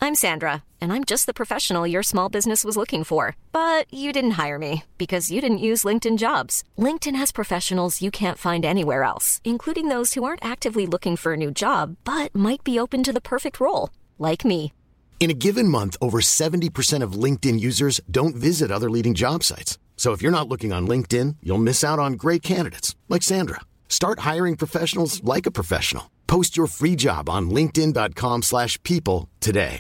I'm Sandra, and I'm just the professional your small business was looking for. But you didn't hire me because you didn't use LinkedIn Jobs. LinkedIn has professionals you can't find anywhere else, including those who aren't actively looking for a new job, but might be open to the perfect role, like me. In a given month, over 70% of LinkedIn users don't visit other leading job sites. So if you're not looking on LinkedIn, you'll miss out on great candidates like Sandra. Start hiring professionals like a professional. Post your free job on linkedin.com/people today.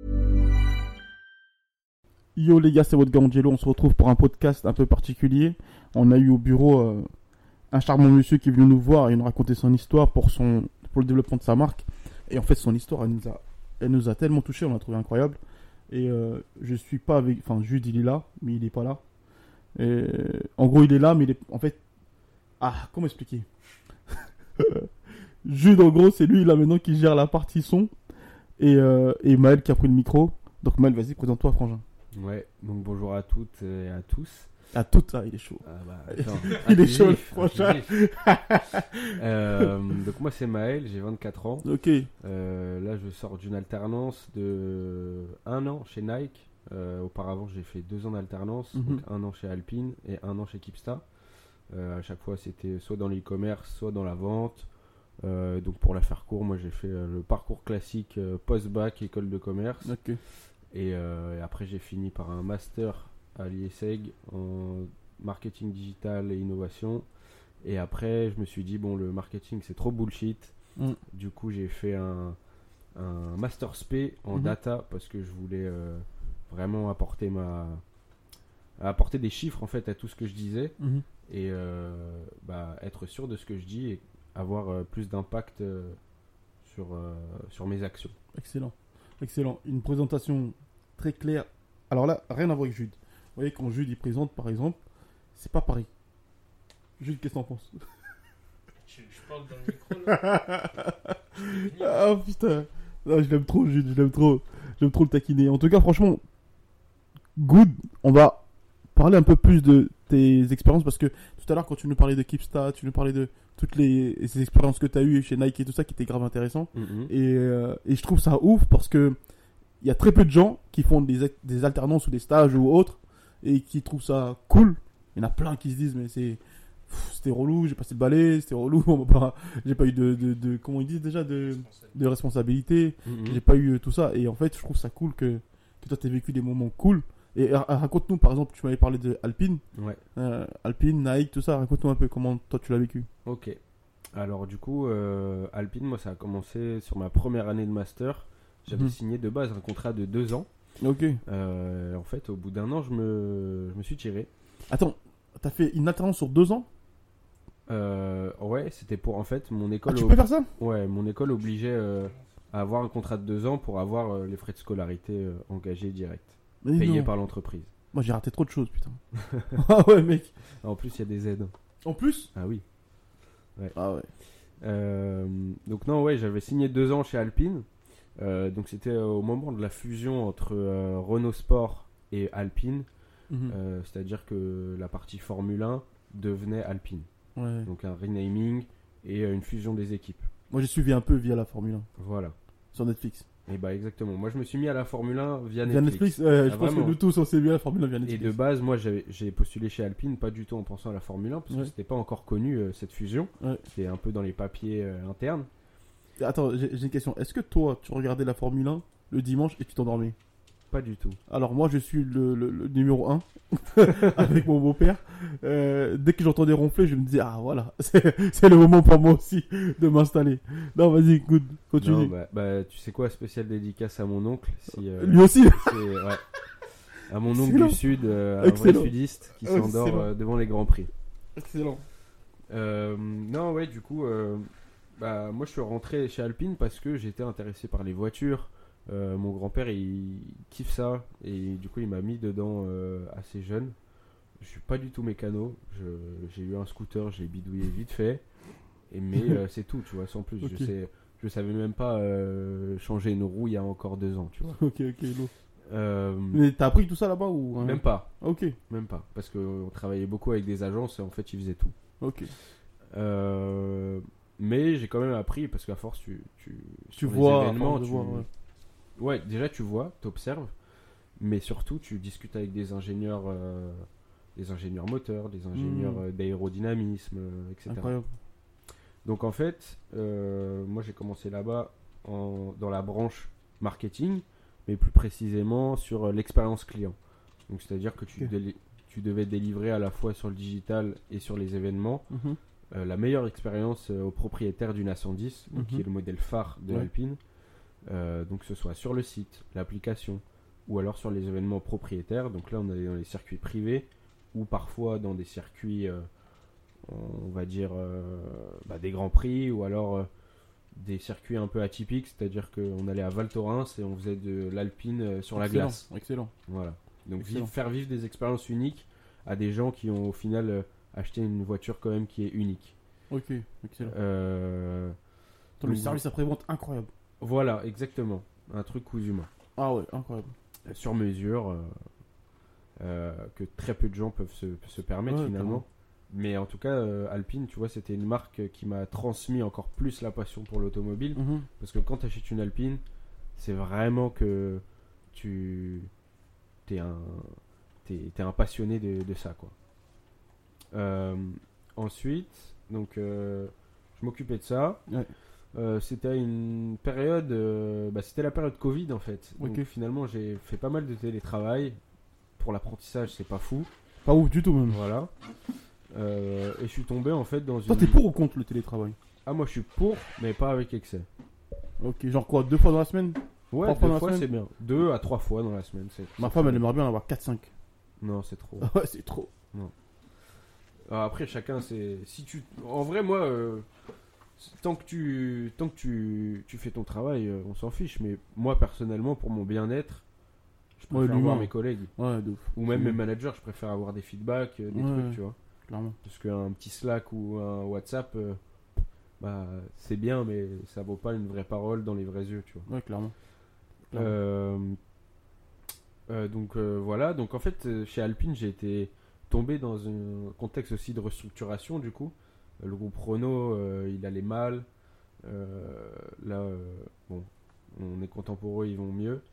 Yo les gars, c'est votre gars Angelo, on se retrouve pour un podcast un peu particulier. On a eu au bureau un charmant monsieur qui est venu nous voir et nous raconter son histoire pour le développement de sa marque. Et en fait son histoire elle nous a tellement touché, on l'a trouvé incroyable. Et je suis pas avec... Enfin Jude il est là, mais il est pas là. Et, en gros il est là, mais il est... En fait... Ah, comment expliquer? Jude en gros c'est lui là maintenant qui gère la partie son. Et Maël qui a pris le micro. Donc Maël, vas-y, présente-toi frangin. Ouais, donc bonjour à toutes et à tous. À toutes, il est chaud. Ah bah, attends, il est chaud, franchement. Donc moi c'est Maël, j'ai 24 ans. Ok. Là je sors d'une alternance de 1 an chez Nike. Auparavant j'ai fait 2 ans d'alternance, donc 1 an chez Alpine et 1 an chez Kipsta. À chaque fois c'était soit dans l'e-commerce, soit dans la vente. Donc pour la faire court, moi j'ai fait le parcours classique post-bac, école de commerce. Ok. Et après j'ai fini par un master à l'IESEG en marketing digital et innovation. Et après je me suis dit bon, le marketing c'est trop bullshit. Du coup j'ai fait un master spé en data parce que je voulais vraiment apporter des chiffres en fait à tout ce que je disais et être sûr de ce que je dis et avoir plus d'impact sur mes actions. Excellent. Une présentation très claire. Alors là, rien à voir avec Jude. Vous voyez, quand Jude il présente, par exemple, c'est pas pareil. Jude, qu'est-ce que t'en penses? Je parle dans le micro là. Ah putain. Non, je l'aime trop, Jude, je l'aime trop le taquiner. En tout cas, franchement, good. On va parler un peu plus de tes expériences parce que tout à l'heure, quand tu nous parlais de Kipsta, tu nous parlais de toutes ces expériences que tu as eues chez Nike et tout ça qui était grave intéressant. Et je trouve ça ouf parce que il y a très peu de gens qui font des alternances ou des stages ou autres et qui trouvent ça cool. Il y en a plein qui se disent mais c'était relou, j'ai passé le balai, c'était relou, j'ai pas eu de comment ils disent déjà de responsabilité, j'ai pas eu tout ça. Et en fait je trouve ça cool que toi t'aies vécu des moments cool. Et raconte-nous par exemple, tu m'avais parlé de Alpine. Ouais. Alpine, Nike, tout ça, raconte-nous un peu comment toi tu l'as vécu. Ok. Alors du coup, Alpine, moi ça a commencé sur ma première année de master. J'avais signé de base un contrat de 2 ans. Ok. En fait, au bout d'1 an, je me suis tiré. Attends, t'as fait une alternance sur 2 ans? Ouais, c'était pour en fait mon école. Ah, tu peux faire ça? Ouais, mon école obligeait à avoir un contrat de 2 ans pour avoir les frais de scolarité engagés direct, payés par l'entreprise. Moi j'ai raté trop de choses, putain. Ah ouais, mec. En plus, il y a des aides. En plus? Ah oui. Ouais. Ah ouais. Donc non, ouais, j'avais signé 2 ans chez Alpine. Donc c'était au moment de la fusion entre Renault Sport et Alpine. C'est-à-dire que la partie Formule 1 devenait Alpine. Ouais. Donc un renaming et une fusion des équipes. Moi j'ai suivi un peu via la Formule 1. Voilà. Sur Netflix. Et bah exactement. Moi je me suis mis à la Formule 1 via Netflix. Je pense que nous tous on s'est mis à la Formule 1 via Netflix. Et de base, moi j'ai postulé chez Alpine pas du tout en pensant à la Formule 1 parce que c'était pas encore connu cette fusion. Ouais. C'était un peu dans les papiers internes. Attends, j'ai une question. Est-ce que toi tu regardais la Formule 1 le dimanche et tu t'endormais? Pas du tout. Alors moi je suis le numéro 1 avec mon beau-père. Dès que j'entendais ronfler, je me disais ah voilà, c'est le moment pour moi aussi de m'installer. Non vas-y, good, continue. Non, bah tu sais quoi, spéciale dédicace à mon oncle. Lui aussi. Ouais. À mon oncle du Sud, un vrai sudiste qui s'endort devant les Grands Prix. Excellent. Non ouais, du coup, moi je suis rentré chez Alpine parce que j'étais intéressé par les voitures. Mon grand-père il kiffe ça et du coup il m'a mis dedans assez jeune. Je suis pas du tout mécano, j'ai eu un scooter, j'ai bidouillé vite fait mais c'est tout, tu vois, sans plus. Okay. Je savais même pas changer une roue il y a encore 2 ans, tu vois. Ok, mais t'as appris tout ça là-bas ou Même pas. Ok. Même pas, parce qu'on travaillait beaucoup avec des agences et en fait ils faisaient tout. Ok. Mais j'ai quand même appris parce qu'à force tu vois, événements, Ouais, déjà tu vois, t'observes, mais surtout tu discutes avec des ingénieurs moteurs, des ingénieurs d'aérodynamisme, etc. Incroyable. Donc en fait, moi j'ai commencé là-bas dans la branche marketing, mais plus précisément sur l'expérience client. Donc c'est-à-dire que tu devais délivrer à la fois sur le digital et sur les événements la meilleure expérience aux propriétaires d'une A110, donc qui est le modèle phare de Alpine. Donc que ce soit sur le site, l'application, ou alors sur les événements propriétaires. Donc là on est dans les circuits privés, ou parfois dans des circuits, on va dire, des grands prix, ou alors des circuits un peu atypiques, c'est-à-dire qu'on allait à Val Thorens et on faisait de l'Alpine sur la glace. Excellent. Voilà. Donc faire vivre des expériences uniques à des gens qui ont au final acheté une voiture quand même qui est unique. Ok, excellent. Donc, le service après-vente incroyable. Voilà, exactement. Un truc cousu main. Ah ouais, incroyable. Sur mesure, que très peu de gens peuvent se permettre finalement. Clairement. Mais en tout cas, Alpine, tu vois, c'était une marque qui m'a transmis encore plus la passion pour l'automobile. Parce que quand tu achètes une Alpine, c'est vraiment que t'es un passionné de ça, quoi. Ensuite, donc, je m'occupais de ça. Ouais. C'était une période, c'était la période Covid en fait. Donc Ok. finalement, j'ai fait pas mal de télétravail. Pour l'apprentissage, c'est pas fou. Pas ouf du tout même. Voilà. Et je suis tombé en fait dans Toi, une. t'es pour ou contre le télétravail? Ah, moi je suis pour, mais pas avec excès. Ok, genre quoi, 2 fois dans la semaine? Ouais, 3 fois dans 2 la fois semaine c'est bien. 2 à 3 fois dans la semaine. Ma femme, elle aimerait bien en avoir 4-5. Non, c'est trop. Ouais, c'est trop. Alors, après, chacun, c'est. Si tu. En vrai, moi, tant que tu fais ton travail, on s'en fiche. Mais moi, personnellement, pour mon bien-être, je préfère l'humain. voir mes collègues. Ouais, de ouf. Ou même mes managers, je préfère avoir des feedbacks, des trucs, tu vois. Clairement. Parce qu'un petit Slack ou un WhatsApp, c'est bien, mais ça vaut pas une vraie parole dans les vrais yeux, tu vois. Ouais, clairement. Donc voilà, donc en fait chez Alpine j'ai été tombé dans un contexte aussi de restructuration du coup. Le groupe Renault il allait mal. Là bon, on est content pour eux, ils vont mieux.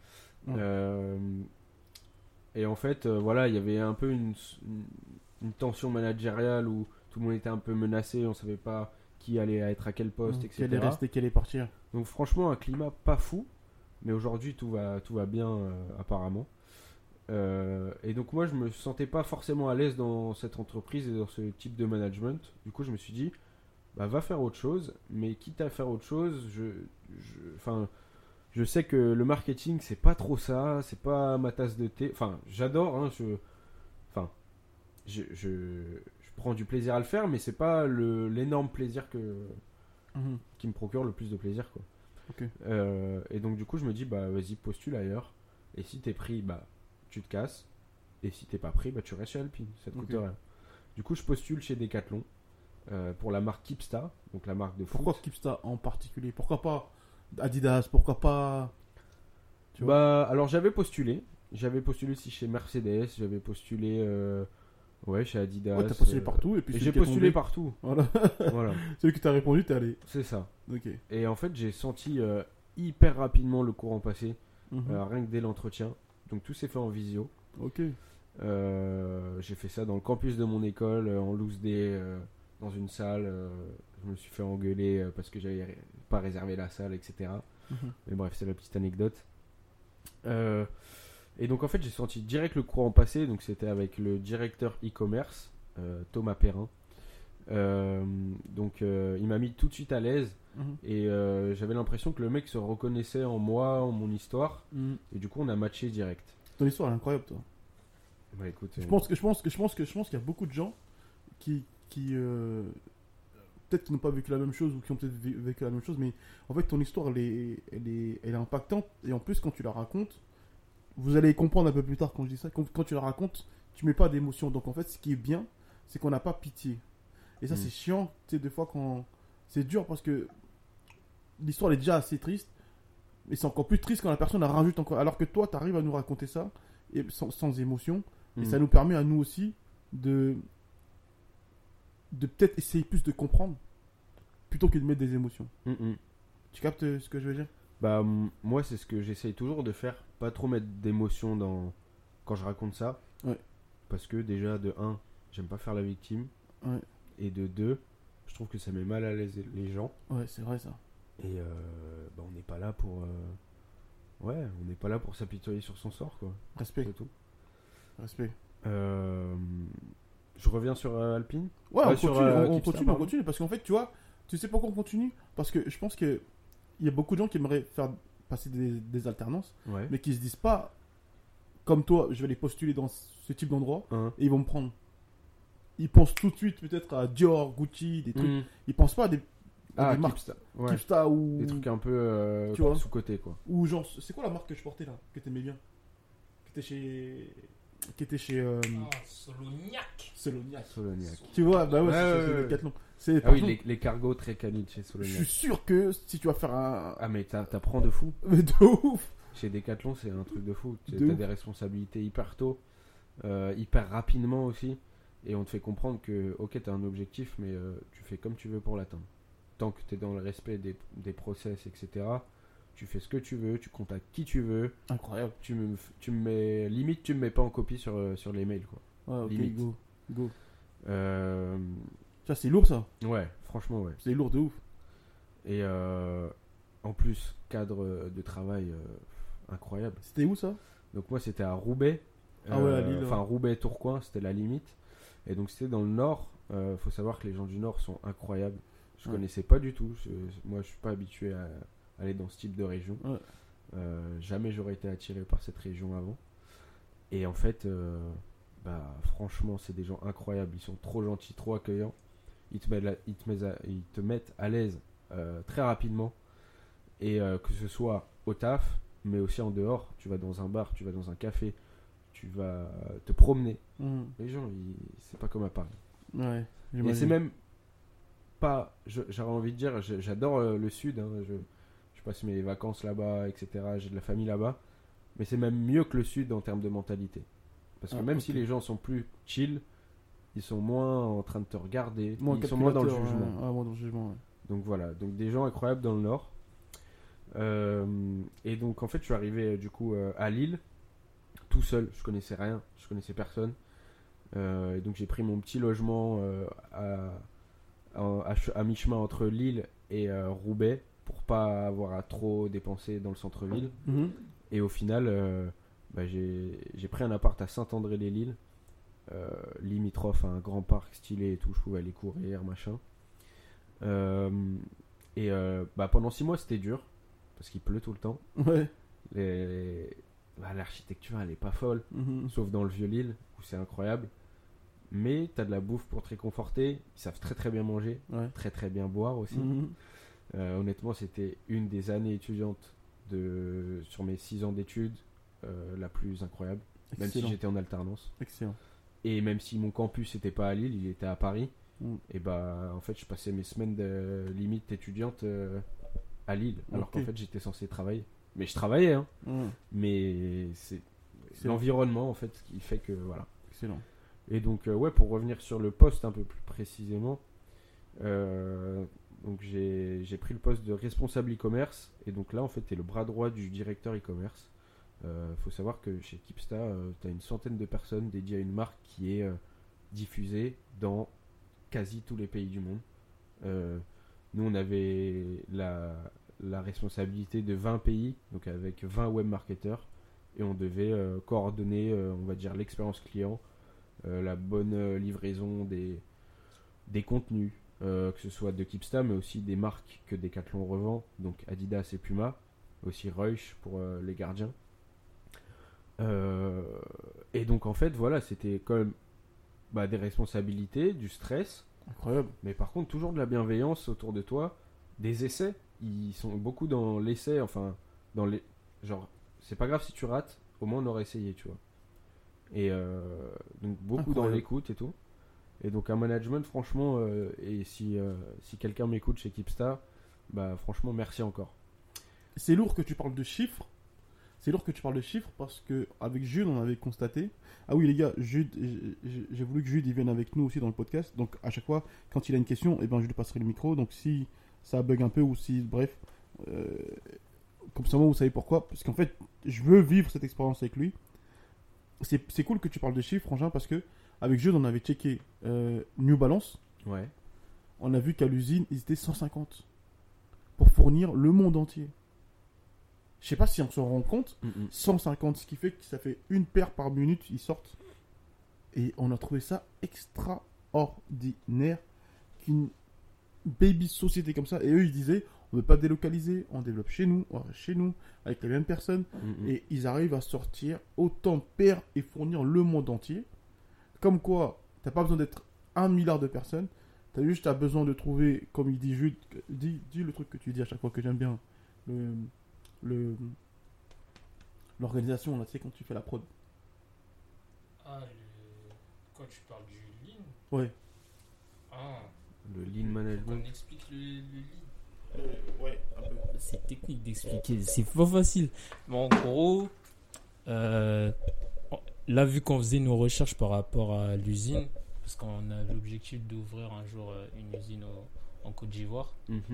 Et en fait voilà, il y avait un peu une tension managériale où tout le monde était un peu menacé, on savait pas qui allait être à quel poste, etc. Quel est resté, quel est partir. Donc franchement un climat pas fou, mais aujourd'hui tout va bien apparemment. Et donc moi je me sentais pas forcément à l'aise dans cette entreprise et dans ce type de management. Du coup je me suis dit va faire autre chose, mais quitte à faire autre chose, je sais que le marketing c'est pas trop ça, c'est pas ma tasse de thé. Enfin j'adore, hein, je prends du plaisir à le faire, mais c'est pas l'énorme plaisir qui me procure le plus de plaisir, quoi. Ok. Et donc du coup je me dis vas-y postule ailleurs, et si t'es pris tu te casses, et si t'es pas pris tu restes chez Alpine, ça te coûte rien. Du coup je postule chez Decathlon pour la marque Keepstar, donc la marque de foot. Pourquoi Keepstar en particulier? Pourquoi pas Adidas? Pourquoi pas alors j'avais postulé aussi chez Mercedes, j'avais postulé chez Adidas. Ouais, t'as postulé partout et puis j'ai postulé partout. Voilà. Voilà. Celui qui t'a répondu, t'es allé. C'est ça. Ok. Et en fait j'ai senti hyper rapidement le courant passer, rien que dès l'entretien. Donc tout s'est fait en visio. Ok. J'ai fait ça dans le campus de mon école, en loose day, dans une salle. Je me suis fait engueuler parce que j'avais pas réservé la salle, etc. Mais bref, c'est la petite anecdote. Et donc en fait, j'ai senti direct le courant passer. Donc c'était avec le directeur e-commerce, Thomas Perrin. Donc il m'a mis tout de suite à l'aise. Et j'avais l'impression que le mec se reconnaissait en moi, en mon histoire. Et du coup, on a matché direct. Ton histoire elle est incroyable, toi. Bah écoute, Je pense qu'il y a beaucoup de gens qui peut-être qui n'ont pas vécu la même chose ou qui ont peut-être vécu la même chose, mais en fait ton histoire elle est impactante, et en plus quand tu la racontes, vous allez comprendre un peu plus tard quand je dis ça, quand tu la racontes, tu mets pas d'émotion. Donc en fait ce qui est bien, c'est qu'on n'a pas pitié. Et ça c'est chiant, tu sais, des fois quand c'est dur parce que l'histoire est déjà assez triste, mais c'est encore plus triste quand la personne la rajoute encore, alors que toi tu arrives à nous raconter ça et sans émotion. Et ça nous permet à nous aussi de peut-être essayer plus de comprendre plutôt que de mettre des émotions. Tu captes ce que je veux dire? Bah, moi, c'est ce que j'essaye toujours de faire. Pas trop mettre d'émotion quand je raconte ça. Ouais. Parce que déjà, de 1, j'aime pas faire la victime. Ouais. Et de 2, je trouve que ça met mal à l'aise les gens. Ouais, c'est vrai ça. Et bah, on n'est pas là pour... Ouais, on n'est pas là pour s'apitoyer sur son sort, quoi. Respect. C'est tout. Respect. Je reviens sur Alpine. Ouais, on sur, continue. Parce qu'en fait, tu vois, tu sais pourquoi on continue? Parce que je pense qu'il y a beaucoup de gens qui aimeraient faire passer des alternances, Ouais. mais qui se disent pas, comme toi, je vais les postuler dans ce type d'endroit, Hein. et ils vont me prendre. Ils pensent tout de suite peut-être à Dior, Gucci, des trucs. Ils pensent pas à des marques Keepstar. Ouais. Keepstar ou... Des trucs un peu Tu vois. sous-côté, quoi. Ou genre, c'est quoi la marque que je portais là, que t'aimais bien? Qui était chez Solognac. Solognac. Solognac. Tu vois, bah ouais, Ouais, c'est ouais. Decathlon. Ah Par oui, contre, les cargos très canides chez je Solognac. suis sûr que si tu vas faire un... Ah, mais t'apprends de fou. Mais de ouf. Chez Decathlon, c'est un truc de fou. De T'as ouf. des responsabilités hyper tôt, hyper rapidement aussi. Et on te fait comprendre que, ok, t'as un objectif, mais tu fais comme tu veux pour l'atteindre. Tant que t'es dans le respect des process, etc., tu fais ce que tu veux, tu contactes qui tu veux. Incroyable. Tu me mets, limite, tu me mets pas en copie sur les mails, quoi. Ouais, ok, Limite. go. Euh, Ça, c'est lourd ça. ouais, franchement, ouais. C'est lourd de ouf. Et en plus, cadre de travail incroyable. C'était où ça? Donc moi, c'était à Roubaix. Ah ouais, à Lille, Enfin, ouais. Roubaix-Tourcoing, c'était la limite. Et donc c'était dans le nord. Faut savoir que les gens du nord sont incroyables. Je Ouais. connaissais pas du tout. Moi, je suis pas habitué à aller dans ce type de région. Ouais. Jamais j'aurais été attiré par cette région avant. Et en fait, bah, franchement, c'est des gens incroyables. Ils sont trop gentils, trop accueillants. Ils te mettent à l'aise très rapidement. Et que ce soit au taf, mais aussi en dehors. Tu vas dans un bar, tu vas dans un café, tu vas te promener. Les gens, c'est pas comme à Paris. Ouais. Et j'imagine. c'est même pas... J'aurais envie de dire, j'adore le sud. Hein, je passe mes vacances là-bas, etc. J'ai de la famille là-bas. Mais c'est même mieux que le sud en termes de mentalité. Parce que même si les gens sont plus chill, ils sont moins en train de te regarder. Ils sont moins dans le jugement. Ouais. Ah, moins dans le jugement, ouais. Donc voilà, donc des gens incroyables dans le nord. Et donc en fait je suis arrivé du coup à Lille, tout seul, je connaissais rien, je connaissais personne. Et donc j'ai pris mon petit logement à mi-chemin entre Lille et Roubaix pour pas avoir à trop dépenser dans le centre-ville. Et au final, bah, j'ai pris un appart à Saint-André-les-Lilles, limitrophe à un grand parc stylé et tout, je pouvais aller courir, machin. Bah, pendant 6 mois c'était dur parce qu'il pleut tout le temps. Ouais. Bah, l'architecture elle est pas folle, sauf dans le vieux Lille où c'est incroyable. Mais t'as de la bouffe pour te réconforter, ils savent très très bien manger, Ouais. très très bien boire aussi. Honnêtement, c'était une des années étudiantes sur mes 6 ans d'études la plus incroyable, même si Excellent. j'étais en alternance. Excellent. Et même si mon campus n'était pas à Lille, il était à Paris. Mm. Et bah en fait je passais mes semaines de limite étudiante à Lille, alors Ok. qu'en fait j'étais censé travailler. Mais je travaillais, hein. Mais c'est Excellent. l'environnement en fait qui fait que voilà. Excellent. Et donc ouais, pour revenir sur le poste un peu plus précisément, donc j'ai pris le poste de responsable e-commerce. Et donc là en fait t'es le bras droit du directeur e-commerce. Faut savoir que chez Keepstar t'as une centaine de personnes dédiées à une marque qui est diffusée dans quasi tous les pays du monde. Nous on avait la responsabilité de 20 pays, donc avec 20 web marketeurs, et on devait coordonner on va dire l'expérience client, la bonne livraison des contenus, que ce soit de Keepstar mais aussi des marques que Decathlon revend, donc Adidas et Puma, aussi Reusch pour les gardiens. Et donc en fait voilà, c'était quand même des responsabilités, du stress, Incroyable. mais par contre toujours de la bienveillance autour de toi, des essais. Ils sont beaucoup dans l'essai, enfin dans les genre c'est pas grave si tu rates, au moins on aurait essayé, tu vois. Et donc beaucoup Incroyable. dans l'écoute et tout. Et donc un management franchement, et si quelqu'un m'écoute chez Keepstar, bah franchement merci encore. C'est lourd que tu parles de chiffres. C'est lourd que tu parles de chiffres parce que avec Jude, on avait constaté. Ah oui, les gars, Jude, j'ai voulu que Jude il vienne avec nous aussi dans le podcast. Donc à chaque fois, quand il a une question, eh ben, je lui passerai le micro. Donc si ça bug un peu ou si, bref, comme ça, moi, vous savez pourquoi? Parce qu'en fait, je veux vivre cette expérience avec lui. C'est cool que tu parles de chiffres, Frangin, parce que avec Jude, on avait checké New Balance. Ouais. On a vu qu'à l'usine, ils étaient 150 pour fournir le monde entier. Je sais pas si on se rend compte. 150, ce qui fait que ça fait une paire par minute, ils sortent. Et on a trouvé ça extraordinaire qu'une baby société comme ça. Et eux, ils disaient, on ne veut pas délocaliser, on développe chez nous, avec les mêmes personnes. Et ils arrivent à sortir autant de paires et fournir le monde entier. Comme quoi, t'as pas besoin d'être 1 milliard de personnes. T'as besoin de trouver, comme il dit Jude, dis le truc que tu dis à chaque fois que j'aime bien. L'organisation, là, tu sais, quand tu fais la prod. Quand tu parles du lean. Ouais. Le lean management. On explique le lean. Ouais, un peu. C'est technique d'expliquer, c'est pas facile. Mais en gros, là, vu qu'on faisait nos recherches par rapport à l'usine, parce qu'on a l'objectif d'ouvrir un jour une usine en Côte d'Ivoire.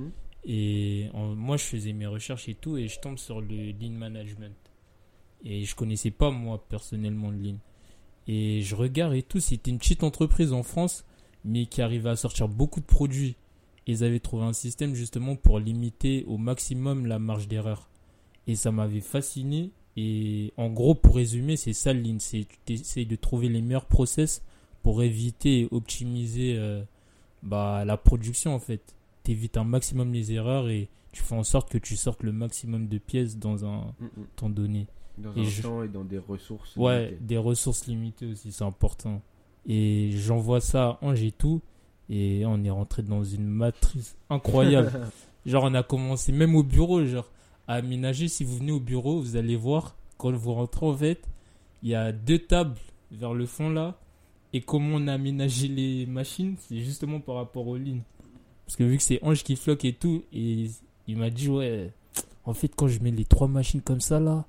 Et moi, je faisais mes recherches et tout, et je tombe sur le lean management. Et je connaissais pas, moi, personnellement, le lean. Et je regarde et tout, c'était une petite entreprise en France, mais qui arrivait à sortir beaucoup de produits. Ils avaient trouvé un système justement pour limiter au maximum la marge d'erreur. Et ça m'avait fasciné. Et en gros, pour résumer, c'est ça le lean. Tu essayes de trouver les meilleurs process pour éviter et optimiser la production en fait. Tu évites un maximum les erreurs et tu fais en sorte que tu sortes le maximum de pièces dans un temps donné. Dans un temps et dans des ressources limitées. Des ressources limitées aussi, c'est important. Et j'envoie ça à Ange et tout. Et on est rentré dans une matrice incroyable. Genre, on a commencé même au bureau, à aménager. Si vous venez au bureau, vous allez voir, quand vous rentrez, en fait, il y a 2 tables vers le fond là. Et comment on a aménagé les machines, c'est justement par rapport aux lignes. Parce que vu que c'est Ange qui floque et tout, et il m'a dit, ouais, en fait, quand je mets les 3 machines comme ça là,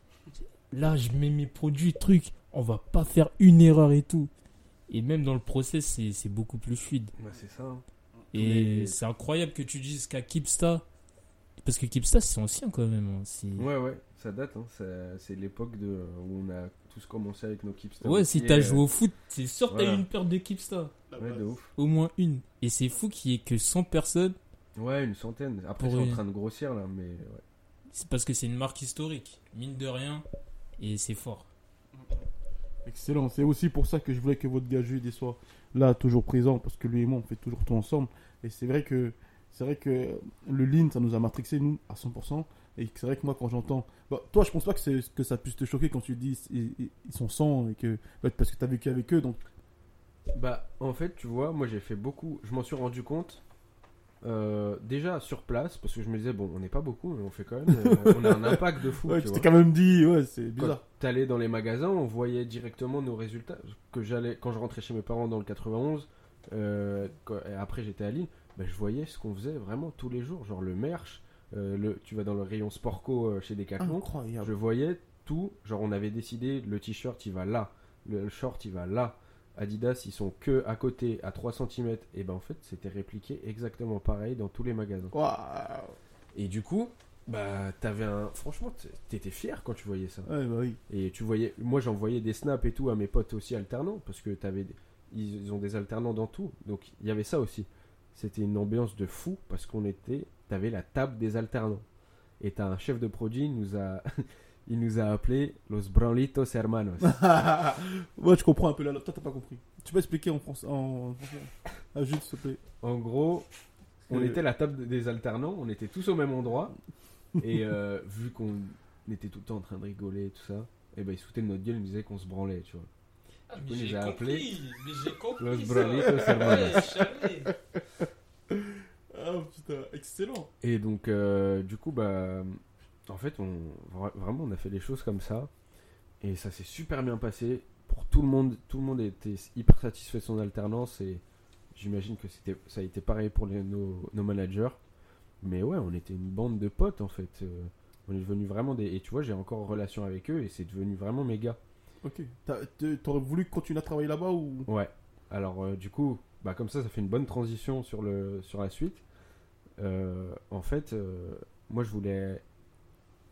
je mets mes produits, trucs, on va pas faire une erreur et tout. Et même dans le process, c'est beaucoup plus fluide. Ouais, c'est ça. Hein. Et c'est incroyable que tu dises qu'à Kipsta, parce que Kipsta, c'est ancien quand même. Hein. Ouais, ça date. Hein. C'est l'époque où on a tous commencé avec nos Kipsta. Ouais, si t'as joué au foot, c'est sûr que t'as eu une paire de Kipsta. Ouais, de ouf. Au moins une. Et c'est fou qu'il y ait que 100 personnes. Ouais, une centaine. Après, c'est en train de grossir là, mais ouais. C'est parce que c'est une marque historique, mine de rien, et c'est fort. Excellent, c'est aussi pour ça que je voulais que votre gars Jude soit là, toujours présent, parce que lui et moi on fait toujours tout ensemble. Et c'est vrai que le lean ça nous a matrixé nous à 100%. Et c'est vrai que moi quand j'entends, toi je pense pas que ça puisse te choquer quand tu dis ils sont 100 et que parce que t'as vécu avec eux donc. En fait tu vois, moi j'ai fait beaucoup, je m'en suis rendu compte. Déjà sur place, parce que je me disais, bon, on n'est pas beaucoup, mais on fait quand même. On a un impact de fou. Ouais, tu t'es quand même dit, ouais, c'est bizarre. Quand t'allais dans les magasins, on voyait directement nos résultats. Quand je rentrais chez mes parents dans le 91, après j'étais à Lille, je voyais ce qu'on faisait vraiment tous les jours. Genre le merch, tu vas dans le rayon Sportco chez Decathlon. Incroyable. Je voyais tout. Genre on avait décidé, le t-shirt il va là, le short il va là. Adidas, ils sont que à côté, à 3 cm. Et en fait, c'était répliqué exactement pareil dans tous les magasins. Waouh. Et du coup, franchement, t'étais fier quand tu voyais ça. Ouais, oui. Et tu voyais, moi j'envoyais des snaps et tout à mes potes aussi alternants, parce que ils ont des alternants dans tout. Donc il y avait ça aussi. C'était une ambiance de fou, parce t'avais la table des alternants. Et t'as un chef de produit, il nous a appelé Los Branlitos Hermanos. Ouais, je comprends un peu là. Toi, t'as pas compris. Tu peux expliquer en français Jude, s'il te plaît. En gros, on était la table des alternants, on était tous au même endroit. Et vu qu'on était tout le temps en train de rigoler et tout ça, ils se foutaient de notre gueule, ils nous disaient qu'on se branlait, tu vois. Mais j'ai compris. Los Branlitos Hermanos. Ah putain, excellent. Et donc, du coup, en fait, vraiment, on a fait les choses comme ça. Et ça s'est super bien passé. Pour tout le monde était hyper satisfait de son alternance. Et j'imagine que ça a été pareil pour nos managers. Mais ouais, on était une bande de potes, en fait. On est devenus vraiment des... Et tu vois, j'ai encore en relation avec eux. Et c'est devenu vraiment mes gars. Ok. T'aurais voulu continuer à travailler là-bas ou... Ouais. Alors, du coup, comme ça fait une bonne transition sur la suite. En fait, moi, je voulais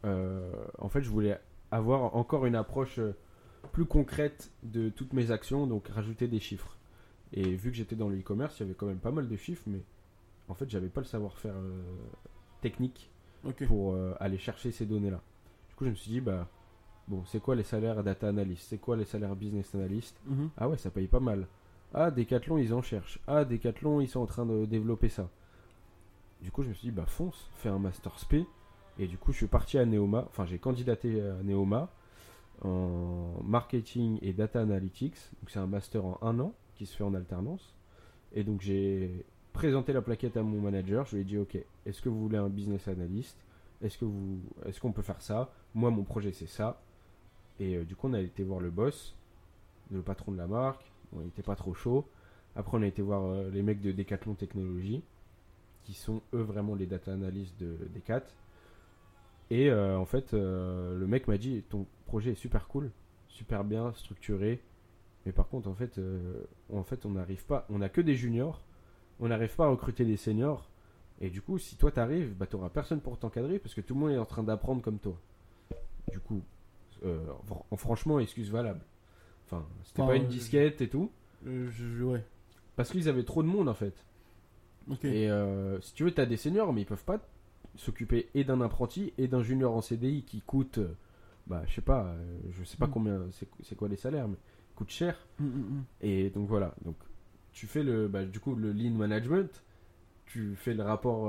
en fait, je voulais avoir encore une approche plus concrète de toutes mes actions, donc rajouter des chiffres. Et vu que j'étais dans le e-commerce, il y avait quand même pas mal de chiffres, mais en fait, j'avais pas le savoir-faire technique pour aller chercher ces données-là. Du coup, je me suis dit, bah, bon, c'est quoi les salaires data analyst? C'est quoi les salaires business analyst? Ah ouais, ça paye pas mal. Ah, Decathlon, ils en cherchent. Ah, Decathlon, ils sont en train de développer ça. Du coup, je me suis dit, bah, fonce, fais un master spé. Et du coup, je suis parti à Neoma. Enfin, j'ai candidaté à Neoma en marketing et data analytics. Donc, c'est un master en 1 an qui se fait en alternance. Et donc, j'ai présenté la plaquette à mon manager. Je lui ai dit, ok, est-ce que vous voulez un business analyst? Est-ce qu'on peut faire ça? Moi, mon projet, c'est ça. Et du coup, on a été voir le boss, le patron de la marque. On n'était pas trop chaud. Après, on a été voir les mecs de Decathlon Technologies, qui sont eux vraiment les data analysts de Decat. Et en fait, le mec m'a dit, ton projet est super cool, super bien structuré. Mais par contre, en fait, on n'arrive pas, on n'a que des juniors, on n'arrive pas à recruter des seniors. Et du coup, si toi t'arrives, bah, t'auras personne pour t'encadrer parce que tout le monde est en train d'apprendre comme toi. Du coup, franchement, excuse valable. Enfin, c'était pas une disquette et tout. Ouais. Parce qu'ils avaient trop de monde en fait. Et si tu veux, t'as des seniors, mais ils peuvent pas s'occuper et d'un apprenti et d'un junior en CDI qui coûte, bah, je sais pas combien, c'est quoi les salaires, mais coûte cher. Et donc voilà. Donc tu fais du coup le lean management, tu fais le rapport,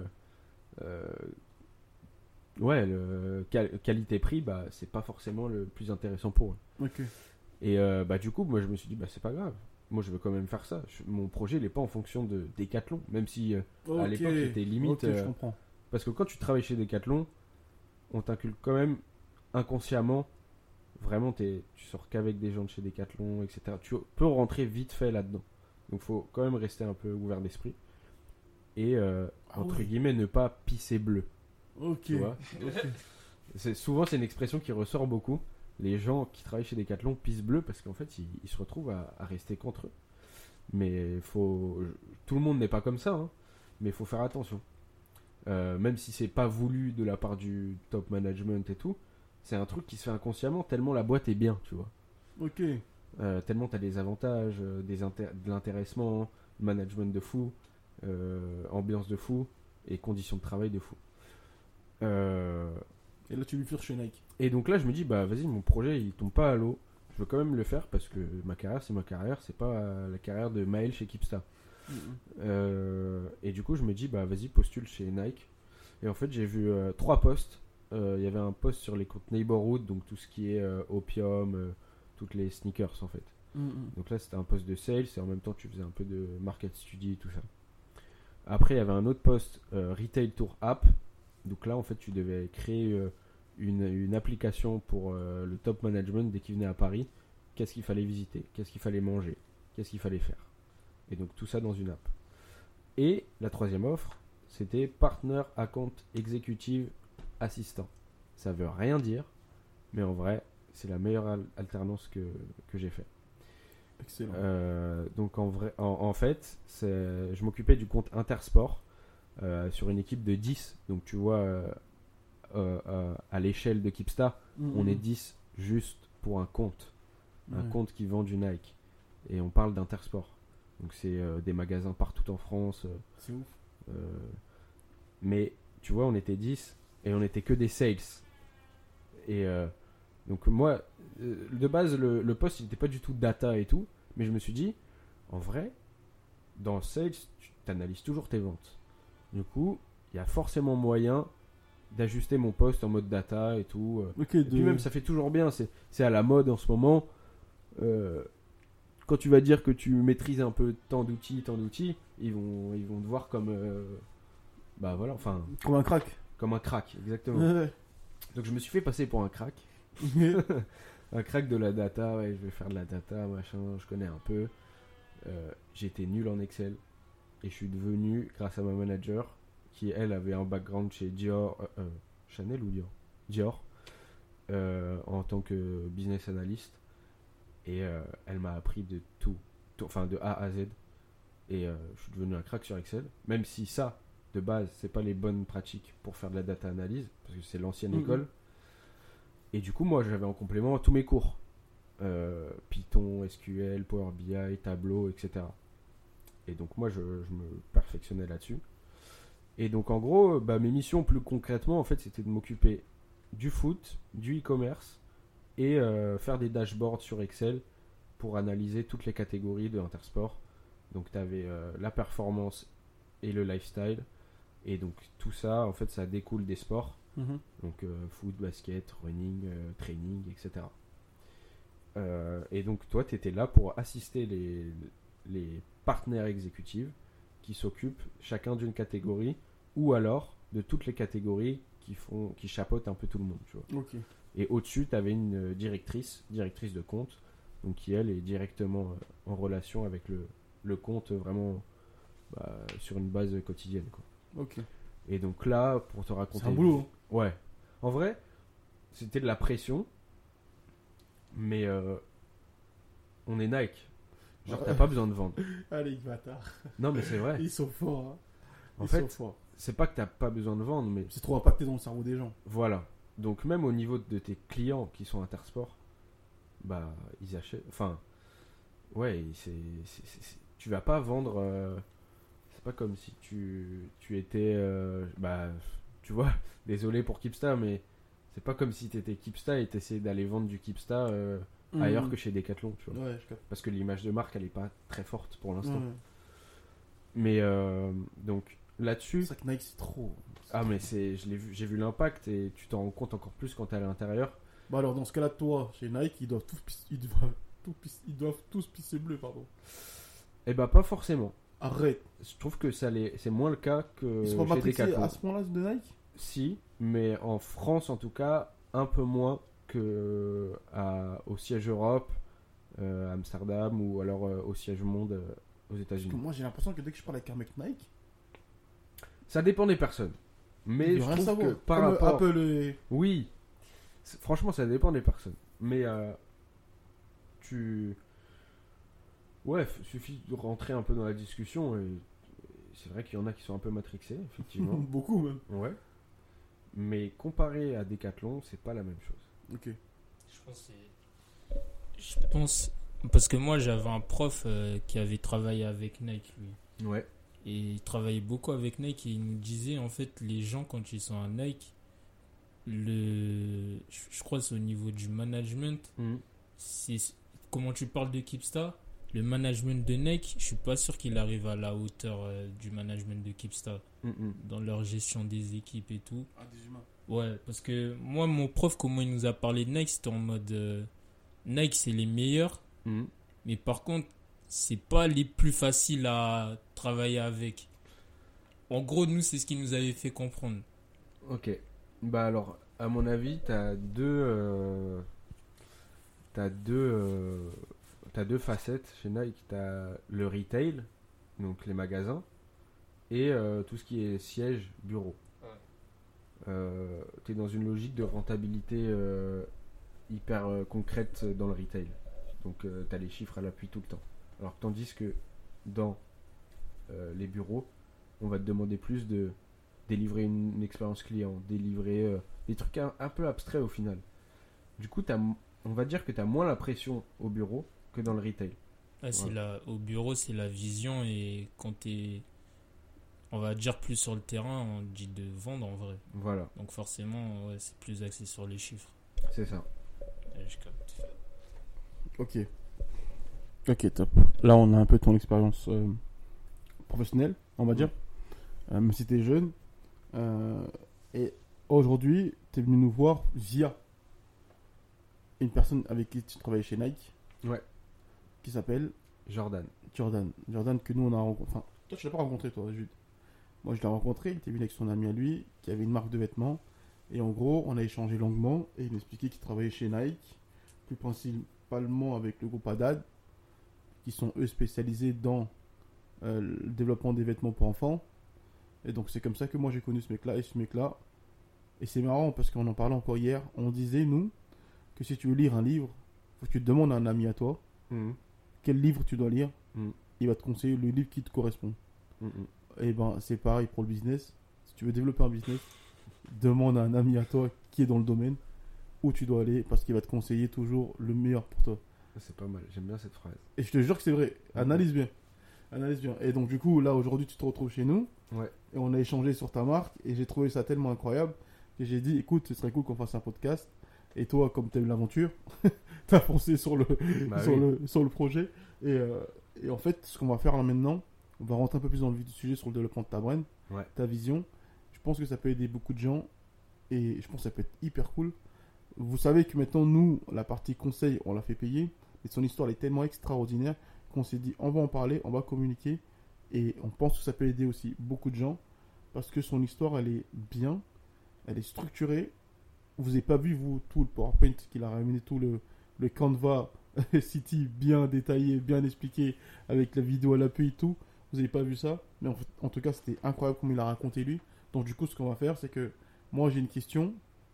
le qualité-prix, bah c'est pas forcément le plus intéressant pour eux. Et bah du coup, moi je me suis dit, bah c'est pas grave. Moi je veux quand même faire ça. Mon projet il est pas en fonction de Decathlon, même si à l'époque j'étais limite. Je comprends. Parce que quand tu travailles chez Decathlon, on t'inculque quand même inconsciemment. Vraiment, tu sors qu'avec des gens de chez Decathlon, etc. Tu peux rentrer vite fait là-dedans. Donc faut quand même rester un peu ouvert d'esprit. Et entre guillemets, ne pas pisser bleu. Tu vois. Souvent c'est une expression qui ressort beaucoup. Les gens qui travaillent chez Decathlon pissent bleu parce qu'en fait ils se retrouvent à rester contre eux. Mais tout le monde n'est pas comme ça, hein, mais il faut faire attention. Même si c'est pas voulu de la part du top management et tout, c'est un truc qui se fait inconsciemment tellement la boîte est bien, tu vois. Tellement t'as des avantages, de l'intéressement, management de fou, ambiance de fou et conditions de travail de fou. Et là tu lui fures chez Nike. Et donc là je me dis, bah vas-y, mon projet il tombe pas à l'eau. Je veux quand même le faire parce que ma carrière c'est ma carrière, c'est pas la carrière de Maël chez Kipsta. Et du coup je me dis, bah vas-y, postule chez Nike. Et en fait j'ai vu 3 postes. Il y avait un poste sur les comptes Neighborhood, donc tout ce qui est Opium, toutes les sneakers en fait. Donc là c'était un poste de sales et en même temps tu faisais un peu de market study et tout ça. Après il y avait un autre poste Retail Tour App. Donc là en fait tu devais créer une application pour le top management dès qu'il venait à Paris. Qu'est-ce qu'il fallait visiter, qu'est-ce qu'il fallait manger, qu'est-ce qu'il fallait faire. Et donc tout ça dans une app. Et la troisième offre, c'était Partner Account Executive Assistant. Ça veut rien dire, mais en vrai, c'est la meilleure alternance que j'ai fait. Excellent. Donc en fait, je m'occupais du compte Intersport sur une équipe de 10. Donc tu vois, à l'échelle de Kipsta, on est 10 juste pour un compte. Un compte qui vend du Nike. Et on parle d'Intersport. Donc c'est des magasins partout en France. C'est ouf. Mais tu vois, on était 10 et on était que des sales. Et donc moi, de base, le poste il n'était pas du tout data et tout. Mais je me suis dit, en vrai, dans le sales, tu analyses toujours tes ventes. Du coup, il y a forcément moyen d'ajuster mon poste en mode data et tout. Et puis même, ça fait toujours bien. C'est à la mode en ce moment. Quand tu vas dire que tu maîtrises un peu tant d'outils, ils vont te voir comme bah voilà, enfin comme un crack. Comme un crack, exactement. Donc je me suis fait passer pour un crack. Un crack de la data, ouais, je vais faire de la data, machin, je connais un peu. J'étais nul en Excel et je suis devenu, grâce à ma manager, qui elle avait un background chez Dior, Chanel ou Dior, Dior, en tant que business analyst. Et elle m'a appris de tout, enfin de A à Z. Et je suis devenu un crack sur Excel. Même si ça, de base, c'est pas les bonnes pratiques pour faire de la data analyse, parce que c'est l'ancienne Mhm. école. Et du coup, moi, j'avais en complément tous mes cours. Python, SQL, Power BI, Tableau, etc. Et donc, moi, je me perfectionnais là-dessus. Et donc, en gros, mes missions, plus concrètement, en fait, c'était de m'occuper du foot, du e-commerce, et faire des dashboards sur Excel pour analyser toutes les catégories de Intersport. Donc, tu avais la performance et le lifestyle. Et donc, tout ça, en fait, ça découle des sports. Mhm. Donc foot, basket, running, training, etc. Et donc toi, tu étais là pour assister les partenaires exécutifs qui s'occupent chacun d'une catégorie ou alors de toutes les catégories qui chapeautent un peu tout le monde. Tu vois. Ok. Et au-dessus, tu avais une directrice de compte, donc qui elle est directement en relation avec le compte vraiment sur une base quotidienne. Quoi. Ok. Et donc là, pour te raconter... C'est un boulot. Hein. Ouais. En vrai, c'était de la pression, mais on est Nike. Genre, t'as pas besoin de vendre. Allez, bâtard. Non, mais c'est vrai. Ils sont forts. Hein. En Ils fait, sont forts. c'est pas que t'as pas besoin de vendre, mais C'est trop impacté dans le cerveau des gens. voilà. Donc, même au niveau de tes clients qui sont Intersport, ils achètent. Enfin, ouais, tu vas pas vendre. C'est pas comme si tu étais. Tu vois, désolé pour Keepsta, mais c'est pas comme si t'étais Keepsta et t'essayais d'aller vendre du Keepsta ailleurs que chez Decathlon, tu vois. Ouais, je capte. Parce que l'image de marque, elle est pas très forte pour l'instant. Ouais. Mais donc là-dessus, C'est vrai que Nike, c'est trop. mais j'ai vu l'impact et tu t'en rends compte encore plus quand t'es à l'intérieur. Bah alors, dans ce cas-là, toi, chez Nike, ils doivent tous pisser bleu, pardon. Eh pas forcément. Arrête. Je trouve que c'est moins le cas que Ils sont pas chez matrixés Decathlon. à ce point-là de Nike? Si, mais en France en tout cas, un peu moins que au siège Europe, à Amsterdam ou alors au siège Monde aux Parce États-Unis. que moi, j'ai l'impression que dès que je parle avec un mec Nike, Ça dépend des personnes. Mais il je veut rien trouve que savoir. par Comme rapport... Apple et... Oui, franchement, ça dépend des personnes. Mais ouais, suffit de rentrer un peu dans la discussion et c'est vrai qu'il y en a qui sont un peu matrixés, effectivement. Beaucoup même. Ouais. Mais comparé à Decathlon, c'est pas la même chose. Ok. Je pense parce que moi j'avais un prof qui avait travaillé avec Nike lui. Ouais. Et il travaillait beaucoup avec Nike et il nous disait en fait les gens quand ils sont à Nike, je crois que c'est au niveau du management, c'est comment tu parles de Keepsta, le management de Nike, je suis pas sûr qu'il arrive à la hauteur du management de Keepsta dans leur gestion des équipes et tout. Ah, des humains. Ouais, parce que moi mon prof comment il nous a parlé de Nike, c'était en mode Nike c'est les meilleurs, mais par contre c'est pas les plus faciles à travailler avec. En gros, nous, c'est ce qui nous avait fait comprendre. Ok. Alors, à mon avis, t'as deux facettes chez Nike. T'as le retail, donc les magasins, et tout ce qui est siège, bureau. T'es dans une logique de rentabilité hyper concrète dans le retail. Donc, t'as les chiffres à l'appui tout le temps. Alors tandis que dans les bureaux, on va te demander plus de délivrer une expérience client, délivrer des trucs un peu abstraits au final. Du coup, on va dire que tu as moins la pression au bureau que dans le retail. Ouais, au bureau, c'est la vision et quand t'es, on va dire plus sur le terrain, on dit de vendre en vrai. Voilà. Donc forcément, ouais, c'est plus axé sur les chiffres. C'est ça. Ouais, je capte. Ok. Ok, top. Là, on a un peu ton expérience professionnelle, on va dire. Même si t'es jeune. Et aujourd'hui, t'es venu nous voir via une personne avec qui tu travailles chez Nike. Ouais. Qui s'appelle Jordan. Jordan que nous, on a rencontré. Enfin, toi, tu l'as pas rencontré, toi, Jude. Moi, je l'ai rencontré. Il était venu avec son ami à lui, qui avait une marque de vêtements. Et en gros, on a échangé longuement. Et il m'expliquait qu'il travaillait chez Nike. Plus principalement avec le groupe Haddad, qui sont eux spécialisés dans le développement des vêtements pour enfants. Et donc c'est comme ça que moi j'ai connu ce mec-là et ce mec-là. Et c'est marrant parce qu'on en parlait encore hier. On disait, nous, que si tu veux lire un livre, faut que tu te demandes à un ami à toi quel livre tu dois lire. Il va te conseiller le livre qui te correspond. et ben c'est pareil pour le business. Si tu veux développer un business, demande à un ami à toi qui est dans le domaine où tu dois aller parce qu'il va te conseiller toujours le meilleur pour toi. C'est pas mal, j'aime bien cette phrase. Et je te jure que c'est vrai. Analyse bien. Analyse bien. Et donc du coup, là aujourd'hui, tu te retrouves chez nous. Ouais. Et on a échangé sur ta marque et j'ai trouvé ça tellement incroyable que j'ai dit, écoute, ce serait cool qu'on fasse un podcast. Et toi, comme t'aimes l'aventure, t'as foncé sur le, sur le projet. Et en fait, ce qu'on va faire là maintenant, on va rentrer un peu plus dans le vif du sujet sur le développement de ta brand, ta vision. Je pense que ça peut aider beaucoup de gens et je pense que ça peut être hyper cool. Vous savez que maintenant, nous, la partie conseil, on l'a fait payer. Et son histoire elle est tellement extraordinaire qu'on s'est dit, on va en parler, on va communiquer. Et on pense que ça peut aider aussi beaucoup de gens parce que son histoire, elle est bien, elle est structurée. Vous n'avez pas vu, vous, tout le PowerPoint qu'il a ramené, tout le Canva City bien détaillé, bien expliqué, avec la vidéo à l'appui et tout. Vous n'avez pas vu ça. Mais en tout cas, c'était incroyable comme il a raconté lui. Donc du coup, ce qu'on va faire, c'est que moi, j'ai une question.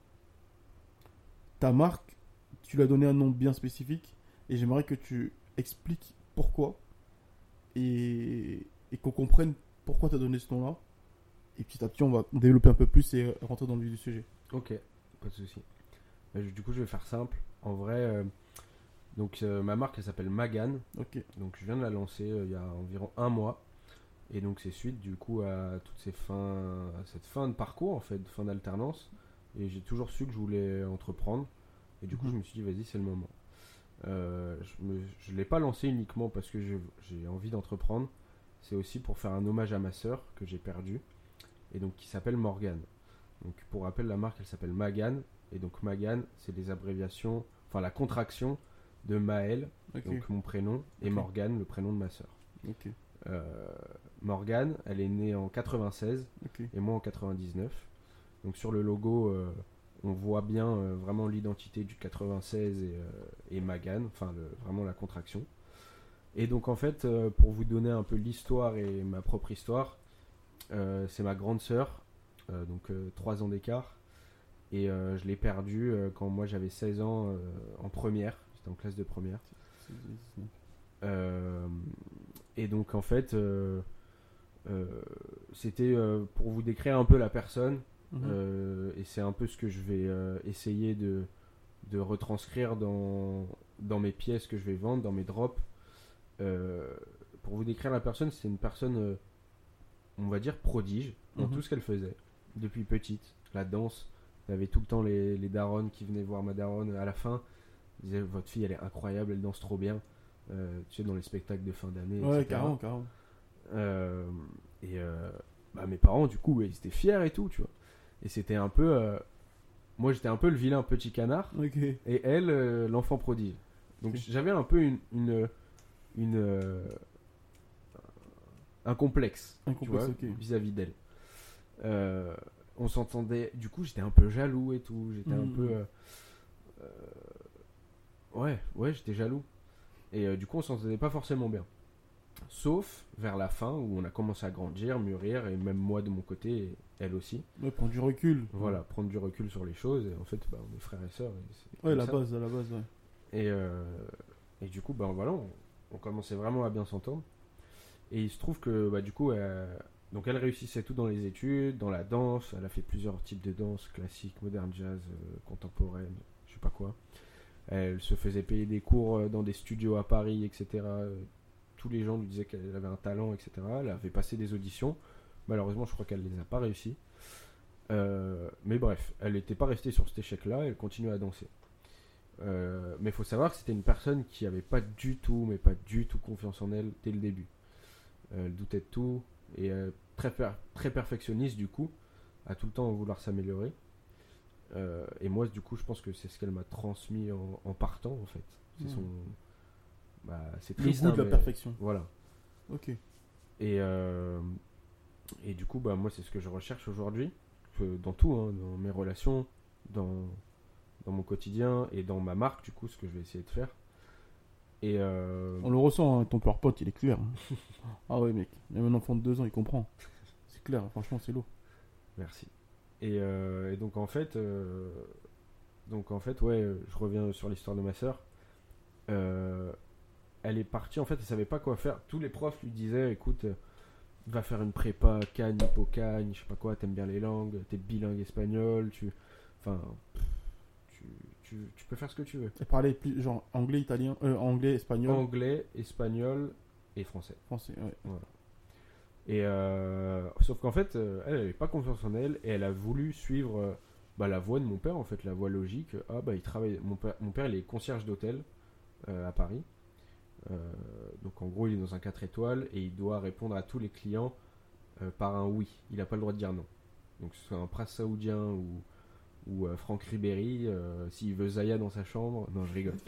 Ta marque, tu lui as donné un nom bien spécifique. Et j'aimerais que tu expliques pourquoi. Et qu'on comprenne pourquoi tu as donné ce nom-là. Et petit à petit, on va développer un peu plus et rentrer dans le vif du sujet. Ok, pas de souci. Du coup, je vais faire simple. En vrai, ma marque, elle s'appelle Magan. Ok. Donc, je viens de la lancer il y a environ 1 mois. Et donc, c'est suite, du coup, à cette fin de parcours, en fait, fin d'alternance. Et j'ai toujours su que je voulais entreprendre. Et du coup, je me suis dit, vas-y, c'est le moment. Je ne l'ai pas lancé uniquement parce que j'ai envie d'entreprendre. C'est aussi pour faire un hommage à ma sœur que j'ai perdue. Et donc, qui s'appelle Morgane. Donc, pour rappel, la marque, elle s'appelle Magan. Et donc, Magan, c'est les abréviations, enfin, la contraction de Maël, donc mon prénom, et Morgane, le prénom de ma sœur. Ok. Morgane, elle est née en 96 et moi en 99. Donc, sur le logo, on voit bien vraiment l'identité du 96 et Magan, enfin, vraiment la contraction. Et donc, en fait, pour vous donner un peu l'histoire et ma propre histoire, c'est ma grande sœur, donc 3 ans d'écart. Et je l'ai perdue quand moi j'avais 16 ans en première. J'étais en classe de première. Et donc en fait, c'était pour vous décrire un peu la personne. Et c'est un peu ce que je vais essayer de retranscrire dans mes pièces que je vais vendre, dans mes drops. Pour vous décrire la personne, c'est une personne, on va dire, prodige dans tout ce qu'elle faisait. Depuis petite, la danse. Il y avait tout le temps les darons qui venaient voir ma daronne à la fin. Ils disaient, votre fille, elle est incroyable, elle danse trop bien. Tu sais, dans les spectacles de fin d'année. Ouais, etc. carrément. Mes parents, du coup, ils étaient fiers et tout, tu vois. Et c'était un peu... moi, j'étais un peu le vilain petit canard. Et elle, l'enfant prodige. Donc, j'avais un peu un complexe, tu vois, vis-à-vis d'elle. On s'entendait, du coup j'étais un peu jaloux et tout, j'étais un peu j'étais jaloux et du coup on s'entendait pas forcément bien, sauf vers la fin où on a commencé à grandir, mûrir, et même moi de mon côté et elle aussi, prendre du recul, prendre du recul sur les choses, et en fait on est frères et sœurs à la base et du coup on commençait vraiment à bien s'entendre, et il se trouve que du coup donc elle réussissait tout dans les études, dans la danse. Elle a fait plusieurs types de danse, classique, moderne, jazz, contemporaine, je sais pas quoi. Elle se faisait payer des cours dans des studios à Paris, etc. Tous les gens lui disaient qu'elle avait un talent, etc. Elle avait passé des auditions. Malheureusement, je crois qu'elle les a pas réussi. Mais bref, elle n'était pas restée sur cet échec-là, elle continuait à danser. Mais il faut savoir que c'était une personne qui avait pas du tout confiance en elle dès le début. Elle doutait de tout. Et très perfectionniste, du coup, à tout le temps vouloir s'améliorer. Et moi, du coup, je pense que c'est ce qu'elle m'a transmis en partant, en fait. C'est c'est triste, le goût de la perfection. Voilà. Ok. Et du coup, moi, c'est ce que je recherche aujourd'hui, dans tout, dans mes relations, dans mon quotidien et dans ma marque, du coup, ce que je vais essayer de faire. Et on le ressent, ton PowerPoint il est clair. Ah ouais mec, même un enfant de 2 ans il comprend. C'est clair, franchement c'est lourd. Merci. Et donc en fait, je reviens sur l'histoire de ma sœur. Elle est partie, en fait elle savait pas quoi faire. Tous les profs lui disaient, écoute, va faire une prépa Cagne, Hippocagne, je sais pas quoi, t'aimes bien les langues, t'es bilingue espagnol, enfin, tu peux faire ce que tu veux. Et parler plus genre anglais, italien, anglais, espagnol. Anglais, espagnol et français. Français, ouais. Voilà. Et sauf qu'en fait, elle avait pas confiance en elle et elle a voulu suivre la voie de mon père, en fait, la voie logique. Ah bah il travaille. Mon père il est concierge d'hôtel à Paris. Donc en gros il est dans un 4 étoiles et il doit répondre à tous les clients par un oui. Il n'a pas le droit de dire non. Donc que ce soit un prince saoudien ou Franck Ribéry, s'il veut Zaya dans sa chambre. Non, je rigole.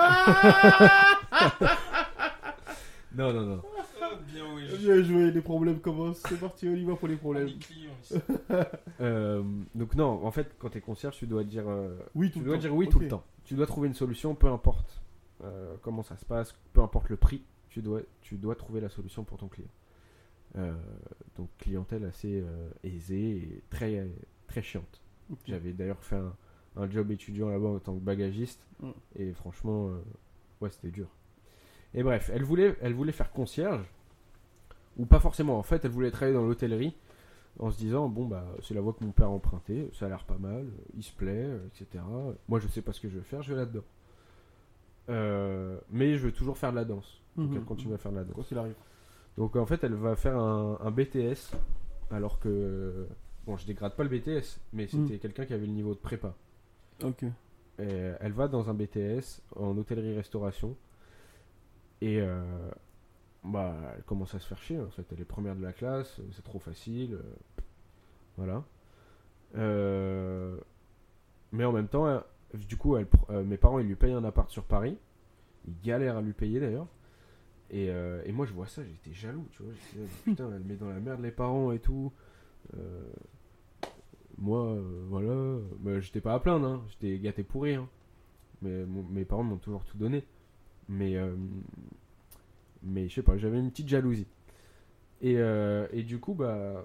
Non. Ah, bien, oui. Bien joué, les problèmes commencent. C'est parti, on y va pour les problèmes. Les clients ici. Donc non, en fait, quand t'es concierge, tu dois dire Oui, tu tout dois le temps. dire oui Ok. tout le temps. Tu dois trouver une solution, peu importe comment ça se passe, peu importe le prix, tu dois trouver la solution pour ton client. Donc clientèle assez aisée et très très chiante. Ok. J'avais d'ailleurs fait un job étudiant là-bas en tant que bagagiste et franchement, ouais, c'était dur. Et bref, elle voulait faire concierge ou pas forcément. En fait, elle voulait travailler dans l'hôtellerie en se disant bon bah c'est la voie que mon père a empruntée, ça a l'air pas mal, il se plaît, etc. Moi je sais pas ce que je veux faire, je vais là-dedans. Mais je veux toujours faire de la danse. Donc elle continue à faire de la danse. Quoi qu'il arrive. Donc en fait elle va faire un BTS alors que bon je dégrade pas le BTS mais c'était quelqu'un qui avait le niveau de prépa. Ok. Et elle va dans un BTS en hôtellerie-restauration et elle commence à se faire chier en fait. Elle est première de la classe, c'est trop facile, voilà. Mais en même temps, du coup, mes parents ils lui payent un appart sur Paris. Ils galèrent à lui payer d'ailleurs. Et moi je vois ça, j'étais jaloux, tu vois. J'étais là, putain, elle met dans la merde les parents et tout. Moi, voilà, j'étais pas à plaindre, hein. J'étais gâté pourri, hein. Mais mes parents m'ont toujours tout donné. Mais je sais pas, j'avais une petite jalousie. Et du coup,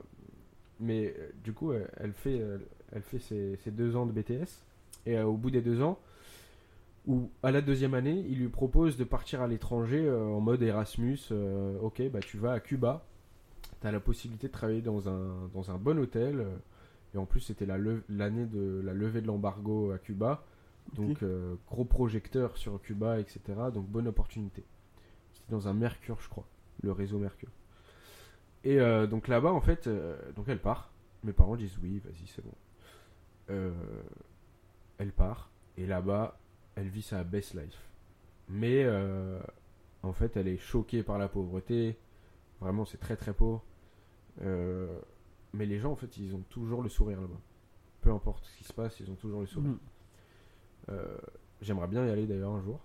elle fait ses 2 ans de BTS. Et au bout des 2 ans, ou à la 2e année, il lui propose de partir à l'étranger en mode Erasmus. Ok, tu vas à Cuba. Tu as la possibilité de travailler dans un bon hôtel. Et en plus, c'était l'année de la levée de l'embargo à Cuba. Donc, gros projecteur sur Cuba, etc. Donc, bonne opportunité. C'était dans un Mercure, je crois. Le réseau Mercure. Et donc là-bas, en fait, donc elle part. Mes parents disent oui, vas-y, c'est bon. Elle part. Et là-bas, elle vit sa best life. Mais en fait, elle est choquée par la pauvreté. Vraiment, c'est très très pauvre. Mais les gens, en fait, ils ont toujours le sourire là-bas. Peu importe ce qui se passe, ils ont toujours le sourire. J'aimerais bien y aller d'ailleurs un jour.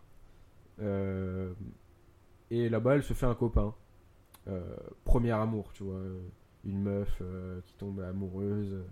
Et là-bas, elle se fait un copain. Premier amour, tu vois. Une meuf qui tombe amoureuse.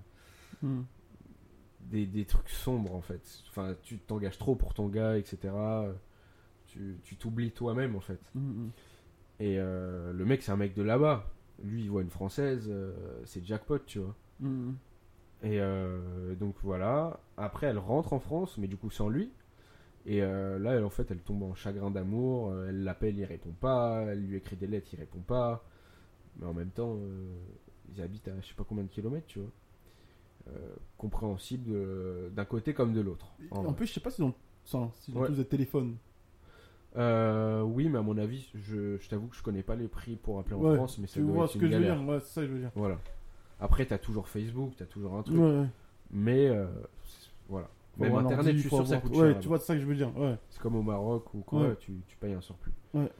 Des trucs sombres, en fait. Enfin, tu t'engages trop pour ton gars, etc. Tu t'oublies toi-même, en fait. Et le mec, c'est un mec de là-bas. Lui, il voit une française, c'est jackpot, tu vois. Et donc voilà. Après, elle rentre en France, mais du coup sans lui. Et là, elle tombe en chagrin d'amour. Elle l'appelle, il répond pas. Elle lui écrit des lettres, il répond pas. Mais en même temps, ils habitent à je sais pas combien de kilomètres, tu vois. Compréhensible d'un côté comme de l'autre. En plus, je sais pas s'ils ont Ouais. tous des téléphones. Oui, mais à mon avis, je t'avoue que je connais pas les prix pour appeler en Ouais, France, mais ça tu doit vois être ce une que je veux galère. dire. Ouais, c'est ça que je veux dire. Voilà. Après, t'as toujours Facebook, t'as toujours un truc. Ouais. Mais voilà. Faut Même avoir un Internet, ordi, je suis faut sûr que ça avoir- coûte cher. Ouais, là-bas. tu vois, c'est ça que je veux dire. Ouais. C'est comme au Maroc ou quoi, Ouais. tu payes un surplus. Ouais.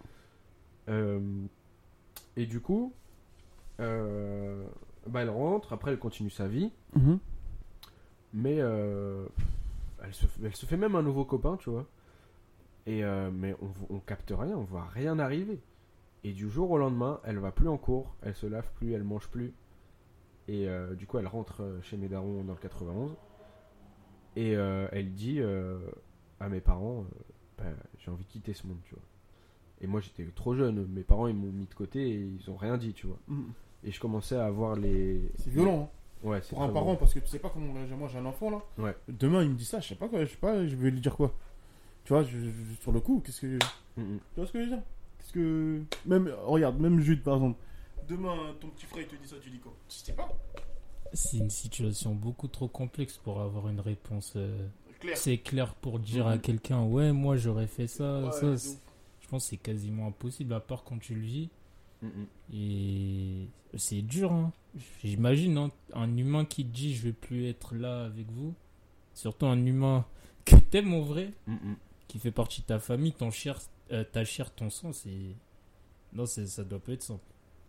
Et du coup, elle rentre, après elle continue sa vie, mais elle se fait même un nouveau copain, tu vois. Et mais on capte rien, on voit rien arriver. Et du jour au lendemain, elle va plus en cours, elle se lave plus, elle mange plus. Et du coup, elle rentre chez mes darons dans le 91. Et elle dit à mes parents, j'ai envie de quitter ce monde, tu vois. Et moi, j'étais trop jeune. Mes parents, ils m'ont mis de côté et ils ont rien dit, tu vois. Et je commençais à avoir les... C'est violent, hein, Ouais, c'est pour un très parent, violent. parce que tu sais pas comment. Moi, j'ai un enfant là. Ouais. Demain, il me dit ça, je sais pas, je vais lui dire quoi. Tu vois, sur le coup, qu'est-ce que. Mhm. Tu vois ce que je veux dire? Qu'est-ce que. Même, regarde, même Jude par exemple. demain, ton petit frère, il te dit ça, tu dis quoi? Je sais pas. C'est une situation beaucoup trop complexe pour avoir une réponse. Claire. C'est clair pour dire à quelqu'un, ouais, moi j'aurais fait ça. Ouais, ça de c'est- ouf. je pense que c'est quasiment impossible à part quand tu le vis. Mhm. Et c'est dur, hein. J'imagine hein, un humain qui te dit je vais plus être là avec vous. Surtout un humain que t'aimes en vrai, Mhm. qui fait partie de ta famille, ta chair, ton sang, c'est. Non, ça doit pas être simple.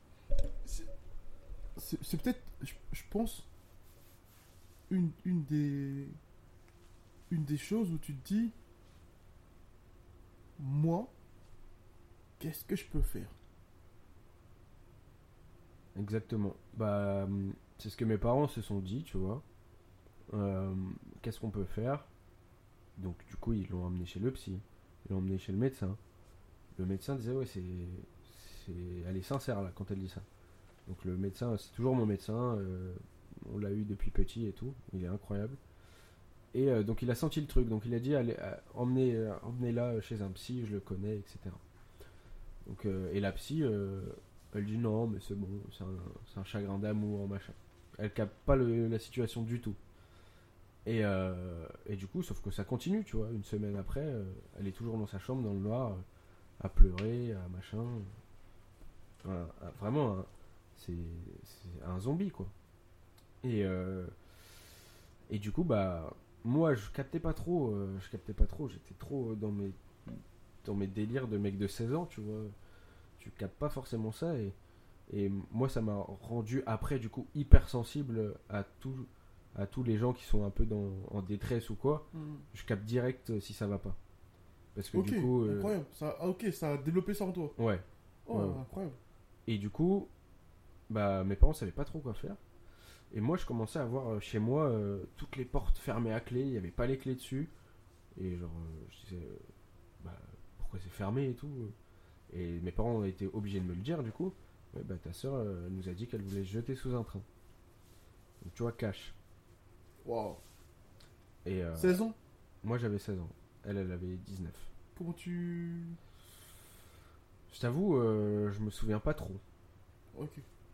C'est peut-être, je pense, une des choses où tu te dis, moi, qu'est-ce que je peux faire? Exactement. Bah, c'est ce que mes parents se sont dit, tu vois. Qu'est-ce qu'on peut faire? Donc, du coup, ils l'ont emmené chez le psy. Ils l'ont emmené chez le médecin. Le médecin disait, ouais, elle est sincère, là, quand elle dit ça. Donc, le médecin, c'est toujours mon médecin. On l'a eu depuis petit et tout. Il est incroyable. Et donc, il a senti le truc. Donc, il a dit, allez, emmenez-la chez un psy, je le connais, etc. Donc, et la psy, elle dit non, mais c'est bon, c'est un chagrin d'amour, machin. Elle capte pas la situation du tout. Et du coup, sauf que ça continue, tu vois. Une semaine après, elle est toujours dans sa chambre, dans le noir, à pleurer, à machin. Vraiment, c'est un zombie, quoi. Et du coup, bah, moi, je captais pas trop. J'étais trop dans mes délires de mec de 16 ans, tu vois. Tu captes pas forcément ça. Et moi, ça m'a rendu après, du coup, hyper sensible à tous les gens qui sont un peu en détresse ou quoi. Je capte direct si ça va pas. Parce que Ok, du coup. incroyable. Ça a développé ça en toi. Ouais. Oh, Ouais. incroyable. Et du coup, bah, mes parents savaient pas trop quoi faire. Et moi, je commençais à voir chez moi toutes les portes fermées à clé. Il n'y avait pas les clés dessus. Et genre, je disais, bah, pourquoi c'est fermé et tout. Et mes parents ont été obligés de me le dire, du coup. Ouais, bah, ta soeur nous a dit qu'elle voulait se jeter sous un train. Donc, tu vois, cash. Waouh. Et 16 ans? moi, j'avais 16 ans. Elle avait 19. Comment tu... Je t'avoue, je me souviens pas trop. Ok.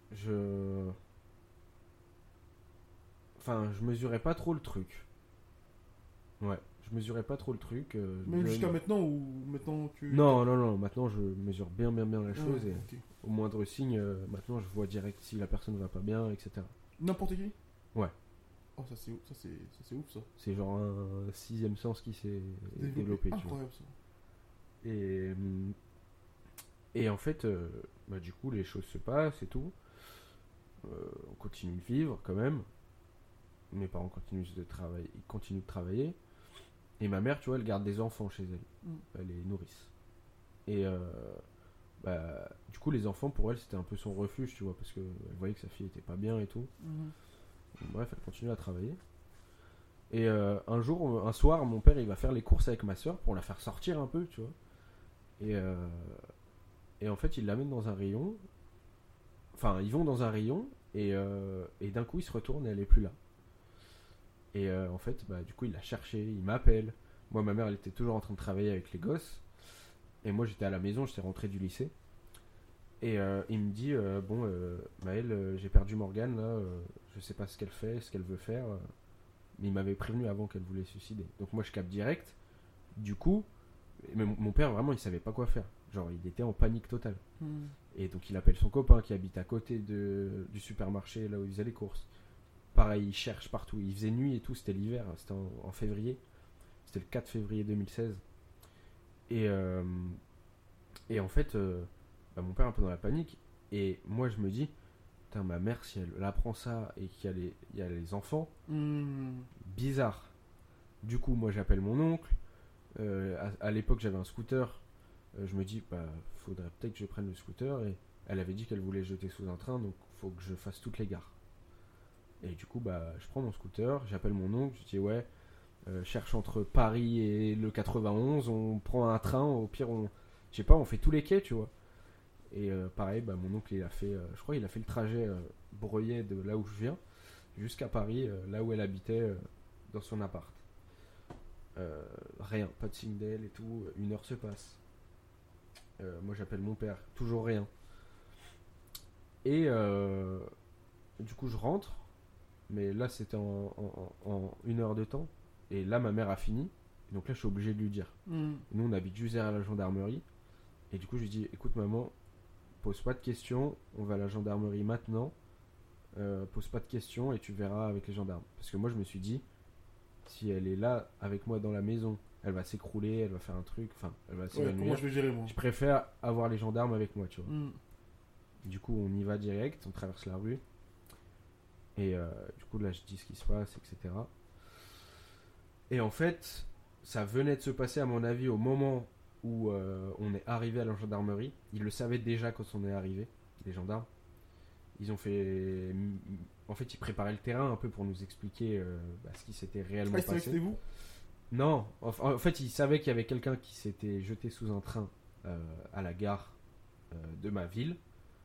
Enfin, je mesurais pas trop le truc. Ouais, je mesurais pas trop le truc. Même jusqu'à maintenant ou maintenant tu... Non, maintenant je mesure bien la chose Ouais, et ok. au moindre signe, maintenant je vois direct si la personne va pas bien, etc. N'importe qui? Ouais. Oh, ça c'est ouf ça. C'est genre un sixième sens qui s'est développé, tu vois. Incroyable ça. Et en fait, bah, du coup, les choses se passent et tout. On continue de vivre quand même. Mes parents continuent de travailler. Et ma mère, tu vois, elle garde des enfants chez elle. Elle les nourrice. Et bah, du coup, les enfants, pour elle, c'était un peu son refuge, tu vois, parce qu'elle voyait que sa fille était pas bien et tout. Bref, elle continue à travailler. Et un soir, mon père, il va faire les courses avec ma soeur pour la faire sortir un peu, tu vois. Et en fait, il l'amène dans un rayon. Enfin, ils vont dans un rayon et d'un coup, il se retourne et elle est plus là. Et en fait, bah, du coup, il l'a cherché, il m'appelle. Moi, ma mère, elle était toujours en train de travailler avec les gosses. Et moi, j'étais à la maison, j'étais rentré du lycée. Et il me dit, bon, Maël, j'ai perdu Morgane, là, je sais pas ce qu'elle fait, ce qu'elle veut faire. Mais il m'avait prévenu avant qu'elle voulait se suicider. Donc moi, je capte direct. Du coup, mais mon père, vraiment, il savait pas quoi faire. Genre, il était en panique totale. Et donc, il appelle son copain qui habite à côté du supermarché, là où il faisait les courses. Pareil, il cherche partout. Il faisait nuit et tout, c'était l'hiver, c'était en février. C'était le 4 février 2016. Et en fait, bah, mon père est un peu dans la panique. Et moi, je me dis, putain, ma mère, si elle apprend ça et qu'il y a les enfants, bizarre. Du coup, moi, j'appelle mon oncle. À l'époque, j'avais un scooter. Je me dis, bah, faudrait peut-être que je prenne le scooter. Et elle avait dit qu'elle voulait jeter sous un train, donc faut que je fasse toutes les gares. Et du coup, bah, je prends mon scooter, j'appelle mon oncle, je dis ouais, cherche entre Paris et le 91, on prend un train, au pire, je sais pas, on fait tous les quais, tu vois. Et pareil, bah, mon oncle, il a fait, je crois, il a fait le trajet Breuillet de là où je viens, jusqu'à Paris, là où elle habitait, dans son appart. Rien, pas de signe d'elle et tout, 1 heure se passe. Moi, j'appelle mon père, toujours rien. Et du coup, je rentre. Mais là, c'était en 1 heure de temps. Et là, ma mère a fini. Et donc là, je suis obligé de lui dire. Nous, on habite juste derrière la gendarmerie. Et du coup, je lui dis, écoute maman, pose pas de questions. On va à la gendarmerie maintenant. Pose pas de questions et tu verras avec les gendarmes. Parce que moi, je me suis dit, si elle est là avec moi dans la maison, elle va s'écrouler, elle va faire un truc. Enfin, elle va s'évanouir. Comment je vais gérer, moi? Je préfère avoir les gendarmes avec moi, tu vois. Du coup, on y va direct. On traverse la rue. Et du coup, là, je dis ce qui se passe, etc. Et en fait, ça venait de se passer, à mon avis, au moment où on est arrivé à la gendarmerie. Ils le savaient déjà quand on est arrivé, les gendarmes. Ils ont fait... En fait, ils préparaient le terrain un peu pour nous expliquer ce qui s'était réellement passé. C'était vous? Non, en fait, ils savaient qu'il y avait quelqu'un qui s'était jeté sous un train à la gare de ma ville.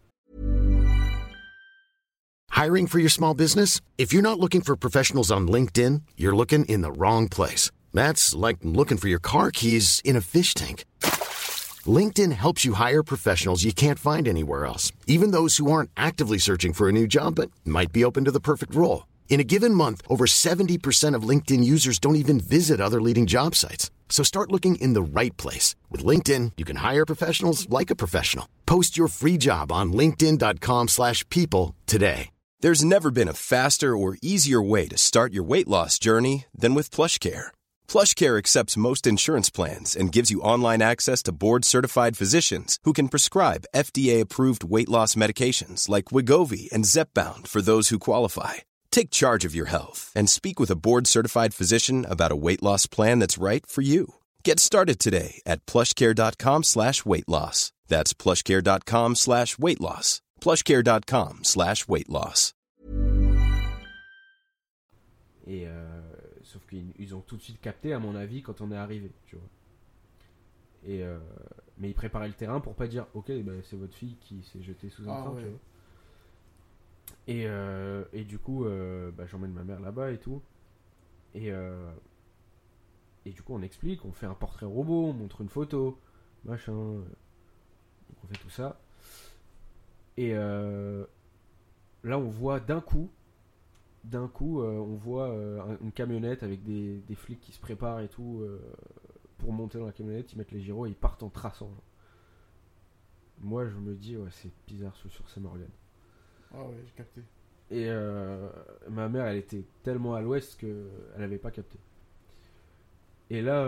Hiring for your small business? If you're not looking for professionals on LinkedIn, you're looking in the wrong place. That's like looking for your car keys in a fish tank. LinkedIn helps you hire professionals you can't find anywhere else, even those who aren't actively searching for a new job but might be open to the perfect role. In a given month, over 70% of LinkedIn users don't even visit other leading job sites. So start looking in the right place. With LinkedIn, you can hire professionals like a professional. Post your free job on linkedin.com/people today. There's never been a faster or easier way to start your weight loss journey than with PlushCare. PlushCare accepts most insurance plans and gives you online access to board-certified physicians who can prescribe FDA-approved weight loss medications like Wegovy and Zepbound for those who qualify. Take charge of your health and speak with a board-certified physician about a weight loss plan that's right for you. Get started today at plushcare.com/weight loss. That's plushcare.com/weight loss. plushcare.com/weight loss. Et sauf qu'ils ont tout de suite capté, à mon avis, quand on est arrivé, tu vois. Et mais ils préparaient le terrain pour pas dire, ok, c'est votre fille qui s'est jetée sous un train, tu vois. Et du coup, j'emmène ma mère là-bas et tout. Et du coup, on explique, on fait un portrait robot, on montre une photo, machin. Donc on fait tout ça. Et là, on voit d'un coup, on voit une camionnette avec des flics qui se préparent et tout pour monter dans la camionnette. Ils mettent les gyros et ils partent en traçant. Genre. Moi, je me dis, c'est bizarre ce sur Saint-Morgan. Ah ouais, j'ai capté. Et ma mère, elle était tellement à l'ouest qu'elle n'avait pas capté. Et là,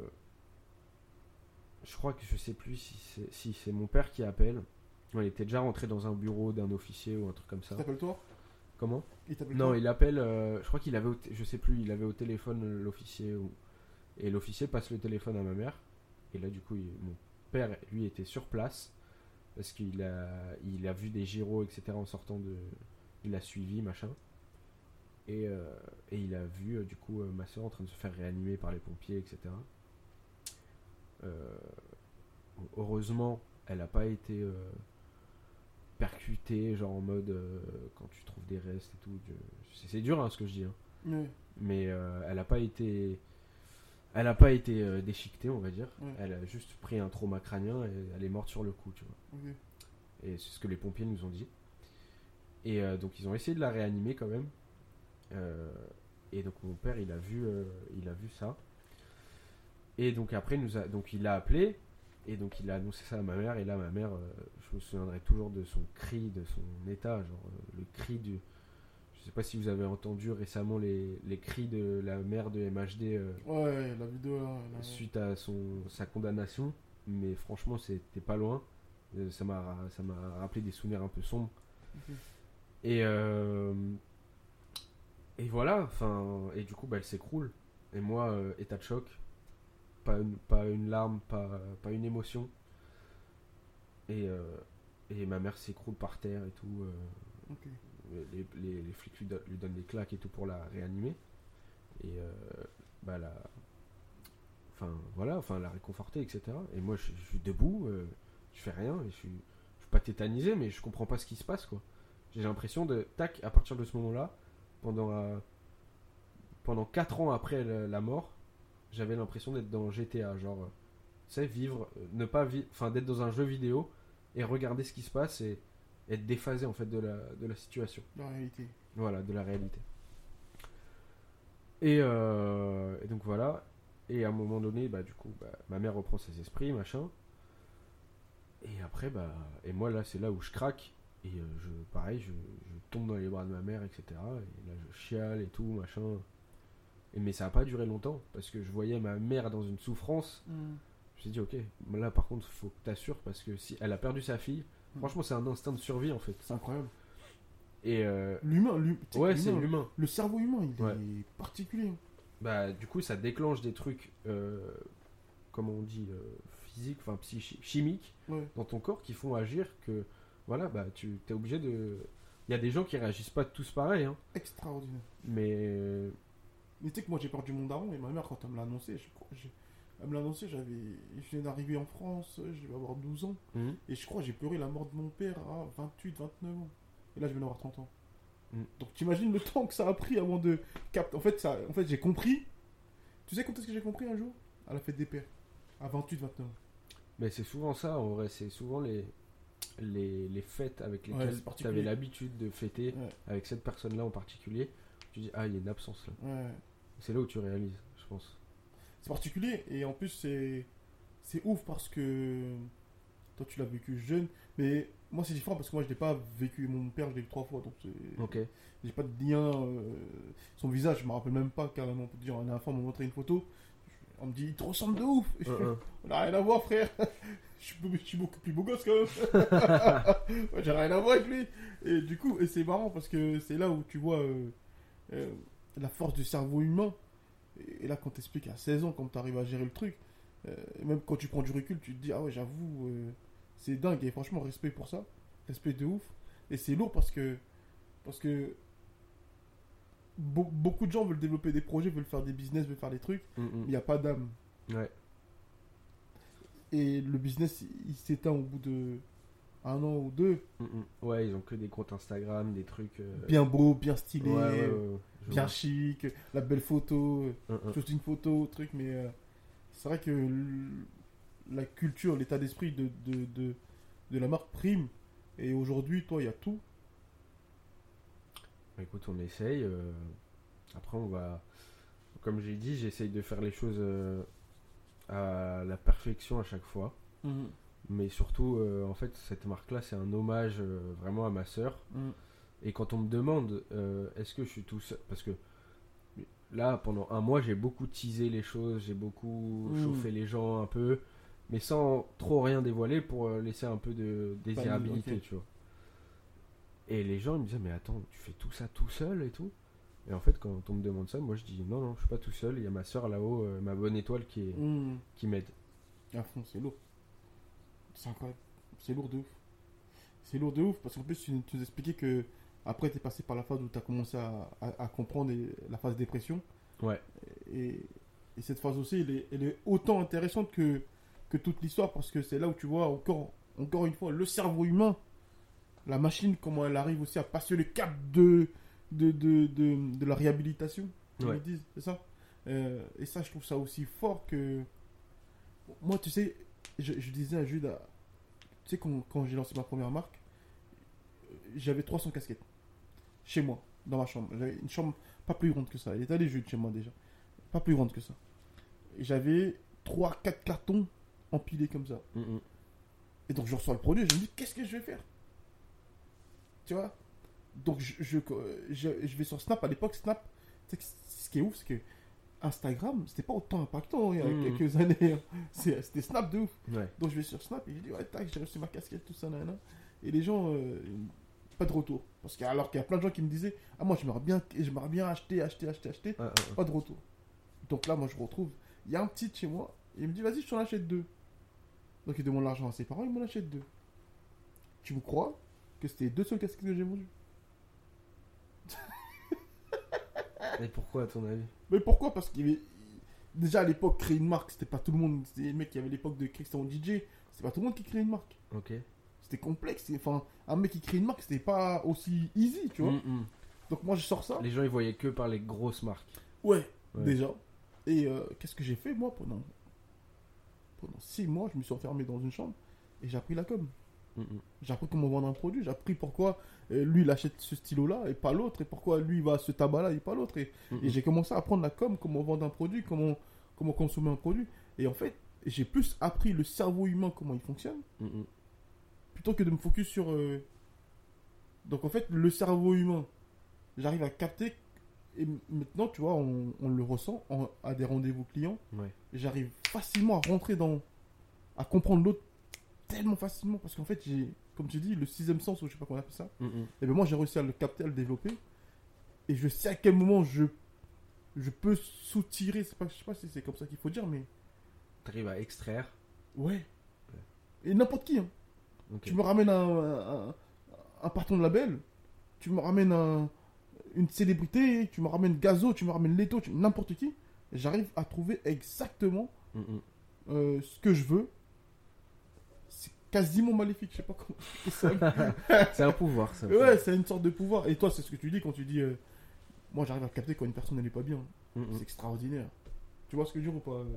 je crois que je sais plus si c'est mon père qui appelle. Il était déjà rentré dans un bureau d'un officier ou un truc comme ça. Il t'appelle toi? Comment? Non, il appelle. Je crois qu'il avait, je sais plus, il avait au téléphone l'officier et l'officier passe le téléphone à ma mère. Et là, du coup, mon père, lui, était sur place parce qu'il a vu des gyros, etc. en sortant de. Il a suivi, machin. Et il a vu, du coup, ma soeur en train de se faire réanimer par les pompiers, etc. Heureusement, elle n'a pas été percutée, genre en mode quand tu trouves des restes et tout. C'est dur, hein, ce que je dis. Hein. Oui. Mais elle n'a pas été déchiquetée, on va dire. Ouais. Elle a juste pris un trauma crânien et elle est morte sur le coup, tu vois. Okay. Et c'est ce que les pompiers nous ont dit. Et donc ils ont essayé de la réanimer quand même. Et donc mon père il a vu ça. Et donc après donc il a appelé et donc il a annoncé ça à ma mère. Et là ma mère, je me souviendrai toujours de son cri, de son état, genre le cri du. Je sais pas si vous avez entendu récemment les cris de la mère de MHD. Ouais, la vidéo là. Suite à sa condamnation, mais franchement c'était pas loin. Ça m'a rappelé des souvenirs un peu sombres. Okay. Et voilà, enfin, et du coup elle s'écroule. Et moi, état de choc, pas une larme, pas une émotion. Et ma mère s'écroule par terre et tout. Okay. Les flics lui donnent des claques et tout pour la réanimer. Et la réconforter, etc. Et moi je suis debout, je fais rien, et je suis pas tétanisé, mais je comprends pas ce qui se passe, quoi. J'ai l'impression à partir de ce moment-là, pendant 4 ans après la mort, j'avais l'impression d'être dans GTA, genre, tu sais, d'être dans un jeu vidéo et regarder ce qui se passe et être déphasé en fait de la situation. La réalité. Voilà, de la réalité. Et donc voilà. Et à un moment donné, du coup, ma mère reprend ses esprits, machin. Et après, et moi là, c'est là où je craque. Et pareil, je tombe dans les bras de ma mère, etc. Et là, je chiale et tout, machin. Mais ça n'a pas duré longtemps, parce que je voyais ma mère dans une souffrance. Je me suis dit, ok, là par contre, il faut que tu assures, parce que si elle a perdu sa fille, franchement, c'est un instinct de survie en fait. C'est incroyable. Et l'humain, ouais, c'est l'humain. Le cerveau humain, il est particulier. Du coup, ça déclenche des trucs, comment on dit, physiques, enfin chimiques, dans ton corps qui font agir que, voilà, tu es obligé de. Il y a des gens qui réagissent pas tous pareil. Hein. Extraordinaire. Mais tu sais que moi j'ai perdu mon daron et ma mère, quand elle me l'a annoncé, elle me l'a annoncé, je venais d'arriver en France, je vais avoir 12 ans. Et je crois que j'ai pleuré la mort de mon père à 28, 29 ans. Et là je viens d'avoir 30 ans. Donc t'imagines le temps que ça a pris avant de capter. En fait, j'ai compris. Tu sais quand est-ce que j'ai compris un jour? À la fête des pères. À 28, 29 ans. Mais c'est souvent ça, en vrai. C'est souvent les fêtes avec lesquelles tu avais l'habitude de fêter avec cette personne-là en particulier. Tu dis, il y a une absence là. C'est là où tu réalises, je pense. C'est particulier et en plus c'est ouf parce que toi tu l'as vécu jeune, mais moi c'est différent parce que moi je l'ai pas vécu. Mon père je l'ai vu 3 fois, donc j'ai pas de lien. Son visage je me rappelle même pas carrément. Pour dire, un enfant m'a montré une photo, on me dit il te ressemble de ouf. On a rien à voir frère. Je suis beaucoup plus beau gosse quand même. J'ai rien à voir avec lui. Et du coup, c'est marrant parce que c'est là où tu vois la force du cerveau humain. Et là, quand t'expliques à 16 ans, quand t'arrives à gérer le truc, même quand tu prends du recul, tu te dis, ah ouais, j'avoue, c'est dingue. Et franchement, respect pour ça. Respect de ouf. Et c'est lourd parce que beaucoup de gens veulent développer des projets, veulent faire des business, veulent faire des trucs, mais il n'y a pas d'âme. Ouais. Et le business, il s'éteint au bout de 1 an ou 2. Ouais, ils ont que des comptes Instagram, des trucs bien beaux, bien stylés, bien vois. chic, la belle photo, juste une photo, truc. Mais c'est vrai que la culture, l'état d'esprit de la marque prime. Et aujourd'hui, toi, il y a tout. Écoute, on essaye. Après, on va, comme j'ai dit, j'essaye de faire les choses à la perfection à chaque fois. Mais surtout, en fait, cette marque-là, c'est un hommage vraiment à ma sœur. Et quand on me demande, est-ce que je suis tout seul, parce que là, pendant 1 mois, j'ai beaucoup teasé les choses, j'ai beaucoup chauffé les gens un peu, mais sans trop rien dévoiler pour laisser un peu de désirabilité, tu vois. Et les gens ils me disaient, mais attends, tu fais tout ça tout seul et tout? Et en fait, quand on me demande ça, moi je dis, non, je suis pas tout seul, il y a ma sœur là-haut, ma bonne étoile qui m'aide. À fond, c'est lourd. C'est incroyable. C'est lourd de ouf. C'est lourd de ouf parce qu'en plus, tu nous expliquais que après, tu es passé par la phase où tu as commencé à comprendre la phase dépression. Ouais. Et cette phase aussi, elle est autant intéressante que toute l'histoire parce que c'est là où tu vois encore une fois le cerveau humain, la machine, comment elle arrive aussi à passer le cap de la réhabilitation. Ouais. Ils disent, c'est ça. Et ça, je trouve ça aussi fort que. Moi, tu sais, je disais à Jude, tu sais, quand j'ai lancé ma première marque, j'avais 300 casquettes chez moi, dans ma chambre. J'avais une chambre pas plus grande que ça. Il est allé Jude chez moi déjà. Pas plus grande que ça. Et j'avais 3-4 cartons empilés comme ça. Et donc, je reçois le produit et je me dis, qu'est-ce que je vais faire? Tu vois? Donc, je vais sur Snap. À l'époque, Snap, tu sais, ce qui est ouf, c'est que Instagram, c'était pas autant impactant il y a quelques années. C'était Snap de ouf. Ouais. Donc je vais sur Snap et je dis ouais, tac, j'ai reçu ma casquette, tout ça, nanana. Et les gens, pas de retour. Parce alors qu'il y a plein de gens qui me disaient, ah moi j'aimerais bien acheter. Pas de retour. Donc là, moi je retrouve, il y a un petit chez moi, et il me dit vas-y, je t'en achète 2. Donc il demande l'argent à ses parents, il m'en achète 2. Tu me crois que c'était les 2 seules casquettes que j'ai vendues? Et pourquoi, à ton avis? Mais pourquoi? Parce qu'il y avait... Déjà à l'époque, créer une marque, c'était pas tout le monde. C'était les mecs qui avaient l'époque de Christian DJ, c'était pas tout le monde qui créait une marque. Ok. C'était complexe. Enfin, un mec qui crée une marque, c'était pas aussi easy, tu vois. Donc moi, je sors ça. Les gens, ils voyaient que par les grosses marques. Ouais. Déjà. Et qu'est-ce que j'ai fait, moi, pendant 6 mois, je me suis enfermé dans une chambre et j'ai appris la com. J'ai appris comment vendre un produit, j'ai appris pourquoi lui il achète ce stylo-là et pas l'autre, et pourquoi lui il va à ce tabac-là et pas l'autre. Et j'ai commencé à apprendre la com, comment vendre un produit, comment consommer un produit. Et en fait, j'ai plus appris le cerveau humain, comment il fonctionne, plutôt que de me focus sur... Donc en fait, le cerveau humain, j'arrive à capter. Et maintenant, tu vois, on le ressent à des rendez-vous clients. Ouais. Et j'arrive facilement à rentrer à comprendre l'autre tellement facilement. Parce qu'en fait, j'ai, comme tu dis, le sixième sens, ou je sais pas comment on appelle ça. Et bien moi, j'ai réussi à le capter, à le développer. Et je sais à quel moment je peux soutirer. Je sais pas si c'est comme ça qu'il faut dire, mais... T'arrives à extraire. Ouais. Et n'importe qui. Hein. Okay. Tu me ramènes un patron de label. Tu me ramènes une célébrité, tu me ramènes Gazo, tu me ramènes Leto, n'importe qui, j'arrive à trouver exactement ce que je veux. C'est quasiment maléfique, je sais pas comment. C'est un pouvoir, ça. Ouais, c'est une sorte de pouvoir. Et toi, c'est ce que tu dis quand tu dis moi, j'arrive à capter quand une personne n'est pas bien. C'est extraordinaire. Tu vois ce que je veux dire ou pas?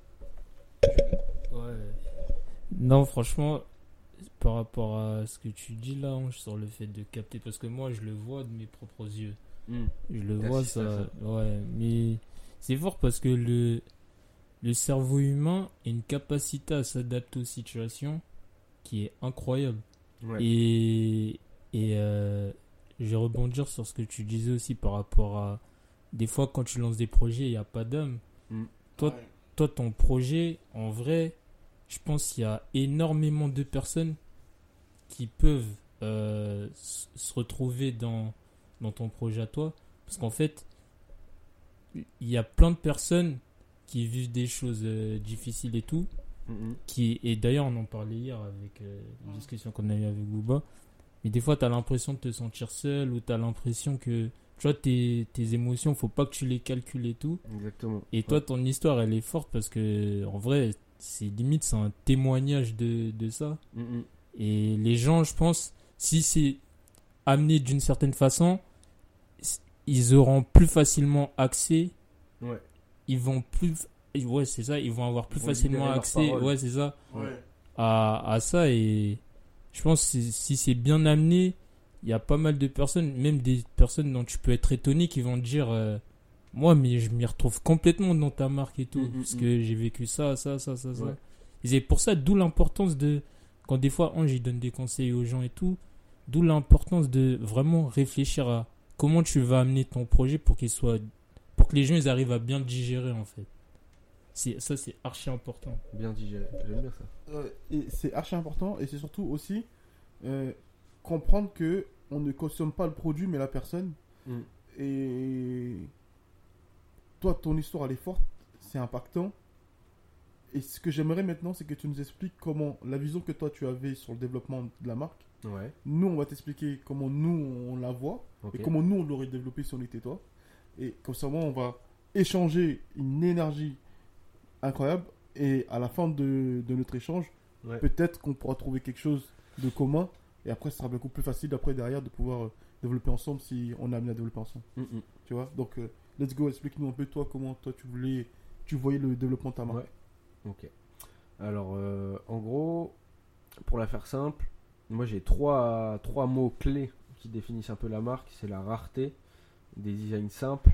Ouais. Non, franchement, par rapport à ce que tu dis là, sur le fait de capter, parce que moi je le vois de mes propres yeux. Je le vois ça. Ouais, mais c'est fort parce que le cerveau humain a une capacité à s'adapter aux situations qui est incroyable. Ouais. Et je vais rebondir sur ce que tu disais aussi par rapport à des fois quand tu lances des projets, il n'y a pas d'âme. Toi, ton projet, en vrai, je pense qu'il y a énormément de personnes qui peuvent se retrouver dans ton projet à toi. Parce qu'en fait, il y a plein de personnes qui vivent des choses difficiles et tout. Et d'ailleurs, on en parlait hier avec une discussion qu'on a eue avec Booba. Mais des fois, tu as l'impression de te sentir seul ou tu as l'impression que tu vois, tes émotions, faut pas que tu les calcules et tout. Exactement. Et toi, ton histoire, elle est forte parce que, en vrai, c'est limite, c'est un témoignage de ça. Et les gens, je pense, si c'est amené d'une certaine façon, ils auront plus facilement accès. Ouais. Ils vont plus. Ouais, c'est ça, ils vont avoir plus facilement accès. Ouais, c'est ça. Ouais. À ça. Et je pense que si c'est bien amené, il y a pas mal de personnes, même des personnes dont tu peux être étonné, qui vont te dire moi, mais je m'y retrouve complètement dans ta marque et tout, parce que j'ai vécu ça. Ouais. Et c'est pour ça, d'où l'importance de. Quand des fois, j'y donne des conseils aux gens et tout, d'où l'importance de vraiment réfléchir à comment tu vas amener ton projet pour que les gens ils arrivent à bien le digérer en fait. Ça, c'est archi important. Bien digéré, j'aime bien ça. Et c'est archi important, et c'est surtout aussi comprendre que on ne consomme pas le produit mais la personne. Et toi, ton histoire elle est forte, c'est impactant. Et ce que j'aimerais maintenant, c'est que tu nous expliques comment la vision que toi tu avais sur le développement de la marque. Ouais. Nous, on va t'expliquer comment nous on la voit et comment nous on l'aurait développé si on était toi. Et comme ça, on va échanger une énergie incroyable. Et à la fin de notre échange, peut-être qu'on pourra trouver quelque chose de commun. Et après, ce sera beaucoup plus facile après derrière de pouvoir développer ensemble si on est amené à développer ensemble. Tu vois. Donc, let's go. Explique-nous un peu toi comment toi tu voyais le développement de ta marque. Ouais. Ok. Alors, en gros, pour la faire simple, moi j'ai trois mots clés qui définissent un peu la marque. C'est la rareté, des designs simples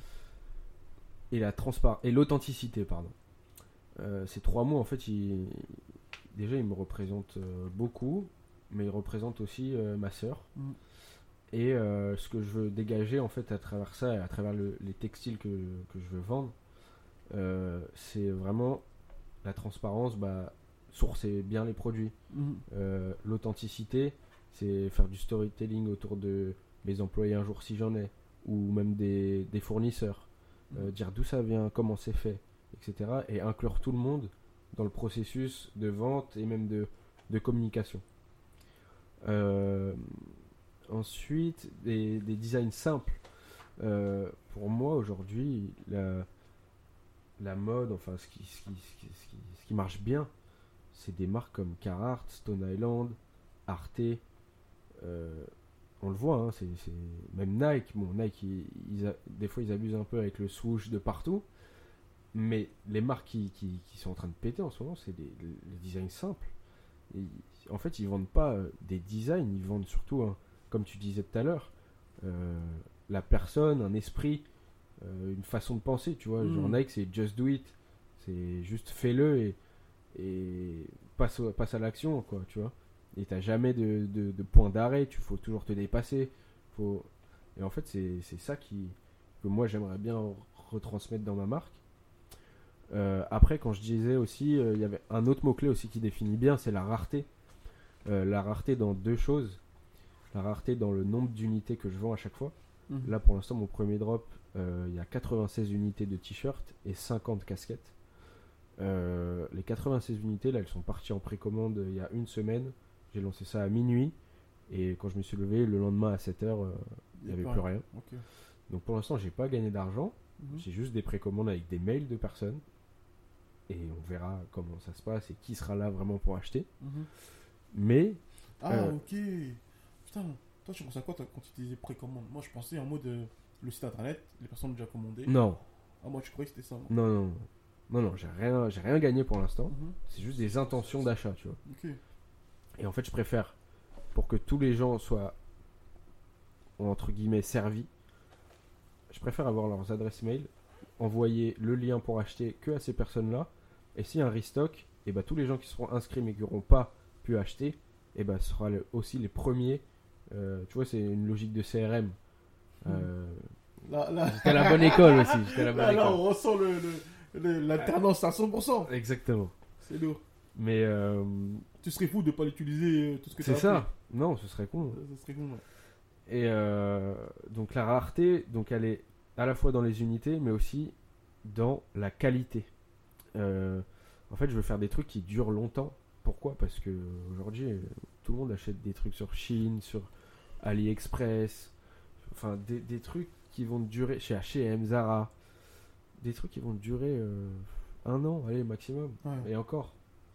et et l'authenticité, pardon. Ces trois mots, en fait, déjà ils me représentent beaucoup, mais ils représentent aussi ma sœur. Et ce que je veux dégager en fait à travers ça et à travers les textiles que je veux vendre, c'est vraiment la transparence, sourcer bien les produits. L'authenticité, c'est faire du storytelling autour de mes employés un jour si j'en ai, ou même des fournisseurs, dire d'où ça vient, comment c'est fait, etc. Et inclure tout le monde dans le processus de vente et même de communication. Ensuite, des designs simples. Pour moi aujourd'hui, la mode, enfin ce qui marche bien, c'est des marques comme Carhartt, Stone Island, Arte. On le voit, hein, c'est même Nike. Bon, Nike, des fois ils abusent un peu avec le swoosh de partout, mais les marques qui sont en train de péter en ce moment, c'est les designs simples. En fait, ils vendent pas des designs, ils vendent surtout, comme tu disais tout à l'heure, la personne, un esprit, une façon de penser, tu vois. Genre Nike, c'est just do it. C'est juste fais-le et passe à l'action, quoi, tu vois. Et t'as jamais de point d'arrêt, tu faut toujours te dépasser. Et en fait, c'est ça que moi j'aimerais bien retransmettre dans ma marque. Après, quand je disais aussi, il y avait un autre mot-clé aussi qui définit bien, c'est la rareté. La rareté dans deux choses. La rareté dans le nombre d'unités que je vends à chaque fois. Là, pour l'instant, mon premier drop, il y a 96 unités de t-shirts et 50 casquettes. Les 96 unités, là, elles sont parties en précommande il y a une semaine. J'ai lancé ça à minuit. Et quand je me suis levé, le lendemain à 7h, il n'y avait plus rien. Okay. Donc pour l'instant, j'ai pas gagné d'argent. J'ai juste des précommandes avec des mails de personnes. Et on verra comment ça se passe et qui sera là vraiment pour acheter. Mais... ok. Putain, toi tu pensais à quoi quand tu disais précommande? Moi je pensais en mode le site internet, les personnes ont déjà commandé. Non. Ah moi je croyais que c'était ça. Moi. Non, j'ai rien gagné pour l'instant. C'est juste des intentions d'achat, tu vois. Ok. Et en fait, je préfère, pour que tous les gens soient, entre guillemets, servis, je préfère avoir leurs adresses mail, envoyer le lien pour acheter que à ces personnes-là. Et s'il y a un restock, et bah, tous les gens qui seront inscrits mais qui n'auront pas pu acheter, et bah, ce sera aussi les premiers. Tu vois, c'est une logique de CRM. J'étais à la bonne école aussi. Là, on ressent l'alternance à 100%. Exactement. C'est lourd. Mais tu serais fou de ne pas l'utiliser tout ce que tu as c'est ça. Non, ce serait con. Ça serait con, ouais. Et donc la rareté, donc elle est à la fois dans les unités, mais aussi dans la qualité. En fait, je veux faire des trucs qui durent longtemps. Pourquoi ? Parce que aujourd'hui, tout le monde achète des trucs sur Shein, sur AliExpress, enfin des trucs qui vont durer chez H&M, Zara, des trucs qui vont durer 1 an, allez maximum, et encore.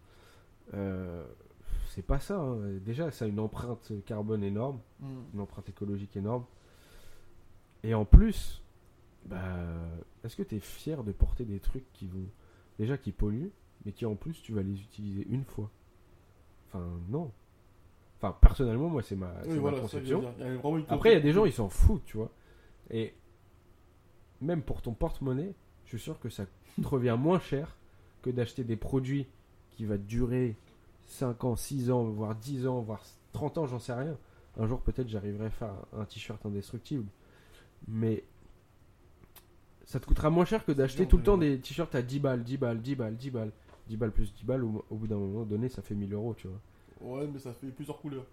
C'est pas ça. Hein. Déjà, ça a une empreinte carbone énorme, une empreinte écologique énorme. Et en plus, est-ce que tu es fier de porter des trucs qui polluent, mais qui en plus tu vas les utiliser une fois? Enfin, non. Enfin, personnellement, moi, c'est ma conception. Après, il y a des gens, ils s'en foutent, tu vois. Et même pour ton porte-monnaie, je suis sûr que ça te revient moins cher que d'acheter des produits qui vont durer 5 ans, 6 ans, voire 10 ans, voire 30 ans, j'en sais rien. Un jour, peut-être, j'arriverai à faire un t-shirt indestructible. Mais ça te coûtera moins cher que d'acheter tout le temps des t-shirts à 10 balles, 10 balles, 10 balles, 10 balles. 10 balles plus 10 balles, au bout d'un moment donné, ça fait 1000 €, tu vois. Ouais, mais ça fait plusieurs couleurs.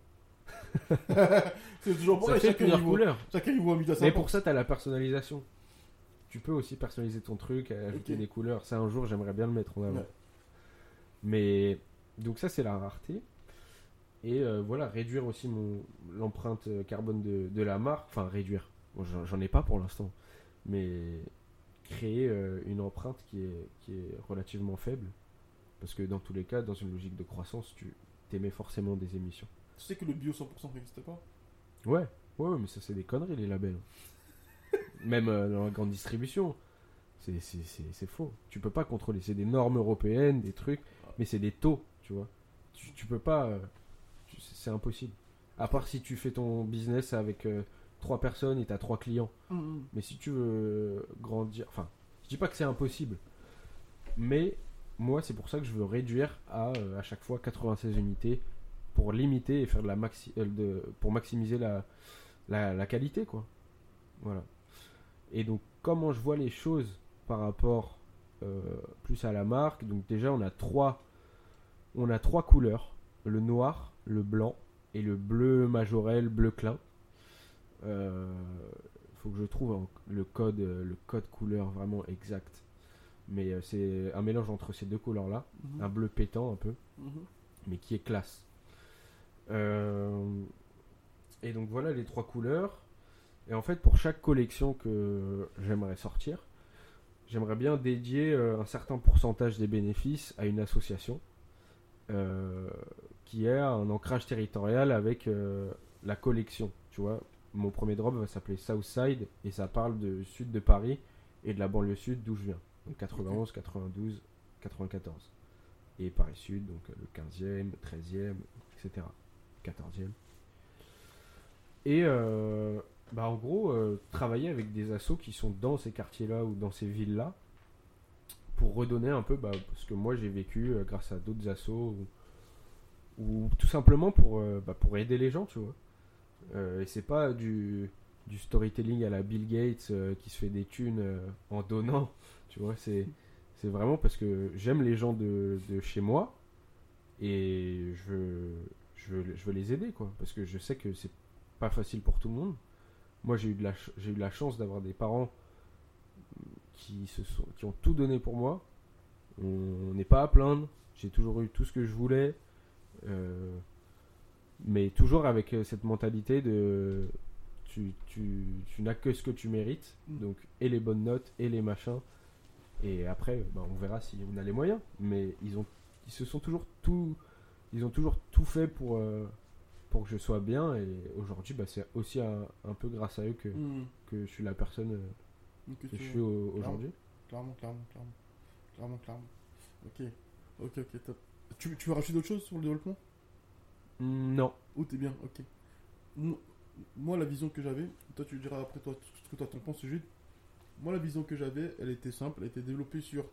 C'est toujours bon, ça fait plusieurs couleurs. Chacun y voit midi à sa Mais pour ça, t'as la personnalisation. Tu peux aussi personnaliser ton truc, ajouter des couleurs. Ça, un jour, j'aimerais bien le mettre en avant. Ouais. Mais donc ça, c'est la rareté. Et voilà, réduire aussi l'empreinte carbone de la marque. Enfin, réduire. Bon, j'en ai pas pour l'instant. Mais créer une empreinte qui est relativement faible. Parce que dans tous les cas, dans une logique de croissance, tu t'émets forcément des émissions. Tu sais que le bio 100% n'existe pas? Ouais, mais ça, c'est des conneries, les labels. Même dans la grande distribution, c'est faux. Tu peux pas contrôler. C'est des normes européennes, des trucs, mais c'est des taux, tu vois. Tu peux pas. C'est impossible. À part si tu fais ton business avec 3 personnes et tu as 3 clients. Mais si tu veux grandir. Enfin, je dis pas que c'est impossible. Mais moi, c'est pour ça que je veux réduire à chaque fois 96 unités pour limiter et faire pour maximiser la qualité, quoi. Voilà. Et donc, comment je vois les choses par rapport plus à la marque. Donc déjà, on a trois couleurs. Le noir, le blanc et le bleu majorel, bleu clin. Faut que je trouve le code couleur vraiment exact. Mais c'est un mélange entre ces deux couleurs-là. Un bleu pétant un peu, mais qui est classe. Et donc voilà les 3 couleurs. Et en fait, pour chaque collection que j'aimerais sortir, j'aimerais bien dédier un certain pourcentage des bénéfices à une association qui a un ancrage territorial avec la collection. Tu vois, mon premier drop va s'appeler Southside et ça parle du sud de Paris et de la banlieue sud d'où je viens. Donc 91, 92, 94. et Paris Sud, donc le 15e, 13e, etc. 14e. Et en gros, travailler avec des assos qui sont dans ces quartiers-là ou dans ces villes-là pour redonner un peu ce que moi j'ai vécu grâce à d'autres assos ou tout simplement pour aider les gens, tu vois. Et c'est pas du storytelling à la Bill Gates qui se fait des thunes en donnant, tu vois. C'est vraiment parce que j'aime les gens de chez moi et je veux les aider, quoi, parce que je sais que c'est pas facile pour tout le monde. Moi j'ai eu de la chance d'avoir des parents qui ont tout donné pour moi. On n'est pas à plaindre, j'ai toujours eu tout ce que je voulais, mais toujours avec cette mentalité de tu n'as que ce que tu mérites, donc et les bonnes notes et les machins, et après on verra si on a les moyens, mais ils ont toujours tout fait pour que je sois bien, et aujourd'hui c'est aussi un peu grâce à eux que je suis la personne que je suis aujourd'hui. Clairement. Ok, top. Tu veux rajouter d'autres choses sur le développement? Non. Oh, t'es bien, ok. Moi, la vision que j'avais, toi tu diras après toi ce que toi t'en penses, Jude. Moi, la vision que j'avais, elle était simple, elle était développée sur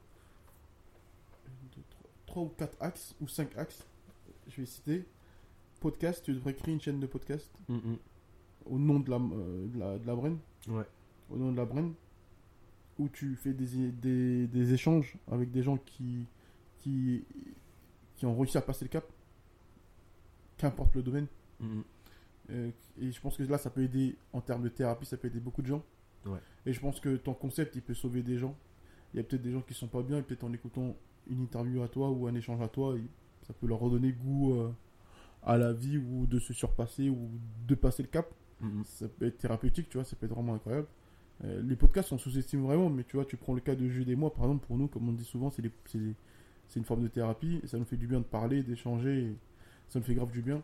3 ou 4 axes, ou 5 axes. Je vais citer. Podcast, tu devrais créer une chaîne de podcast au nom de la brain. Ouais. Au nom de la brain, où tu fais des échanges avec des gens qui ont réussi à passer le cap, qu'importe le domaine. Et je pense que là, ça peut aider en termes de thérapie, ça peut aider beaucoup de gens. Ouais. Et je pense que ton concept, il peut sauver des gens. Il y a peut-être des gens qui sont pas bien, et peut-être en écoutant une interview à toi ou un échange à toi, ça peut leur redonner goût à la vie, ou de se surpasser, ou de passer le cap. Ça peut être thérapeutique, tu vois, ça peut être vraiment incroyable. Les podcasts, on sous-estime vraiment, mais tu vois, tu prends le cas de Jude et moi, par exemple, pour nous, comme on dit souvent, c'est une forme de thérapie, et ça nous fait du bien de parler, d'échanger, et ça nous fait grave du bien.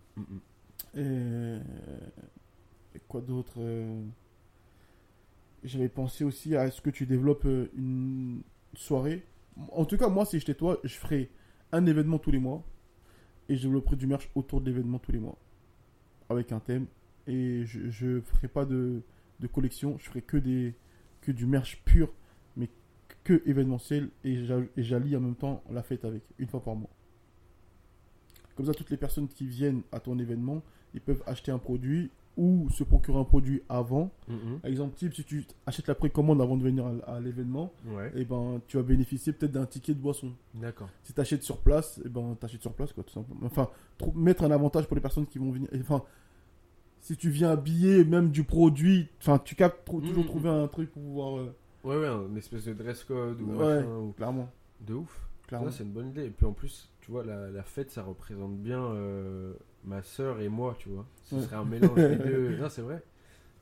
Et quoi d'autre? J'avais pensé aussi à ce que tu développes une soirée. En tout cas, moi, si j'étais toi, je ferais un événement tous les mois, et je développerais du merch autour de l'événement tous les mois, avec un thème, et je ferais pas de collection, je ferais que du merch pur, mais que événementiel, et j'allie en même temps la fête avec, une fois par mois. Comme ça, toutes les personnes qui viennent à ton événement, ils peuvent acheter un produit ou se procurer un produit avant. Exemple type, si tu achètes la précommande avant de venir à l'événement, et ben tu vas bénéficier peut-être d'un ticket de boisson. D'accord. Si tu achètes sur place, et ben tu achètes sur place, quoi, tout simplement. Enfin, mettre un avantage pour les personnes qui vont venir. Enfin, si tu viens habiller même du produit, enfin, tu capes toujours trouver un truc pour pouvoir. Ouais, une espèce de dress code ou ouais, machin. Ou... clairement. De ouf. Clairement. Ça, c'est une bonne idée. Et puis en plus, tu vois, la fête, ça représente bien ma soeur et moi, tu vois. Ce serait un mélange des deux. Non, c'est vrai.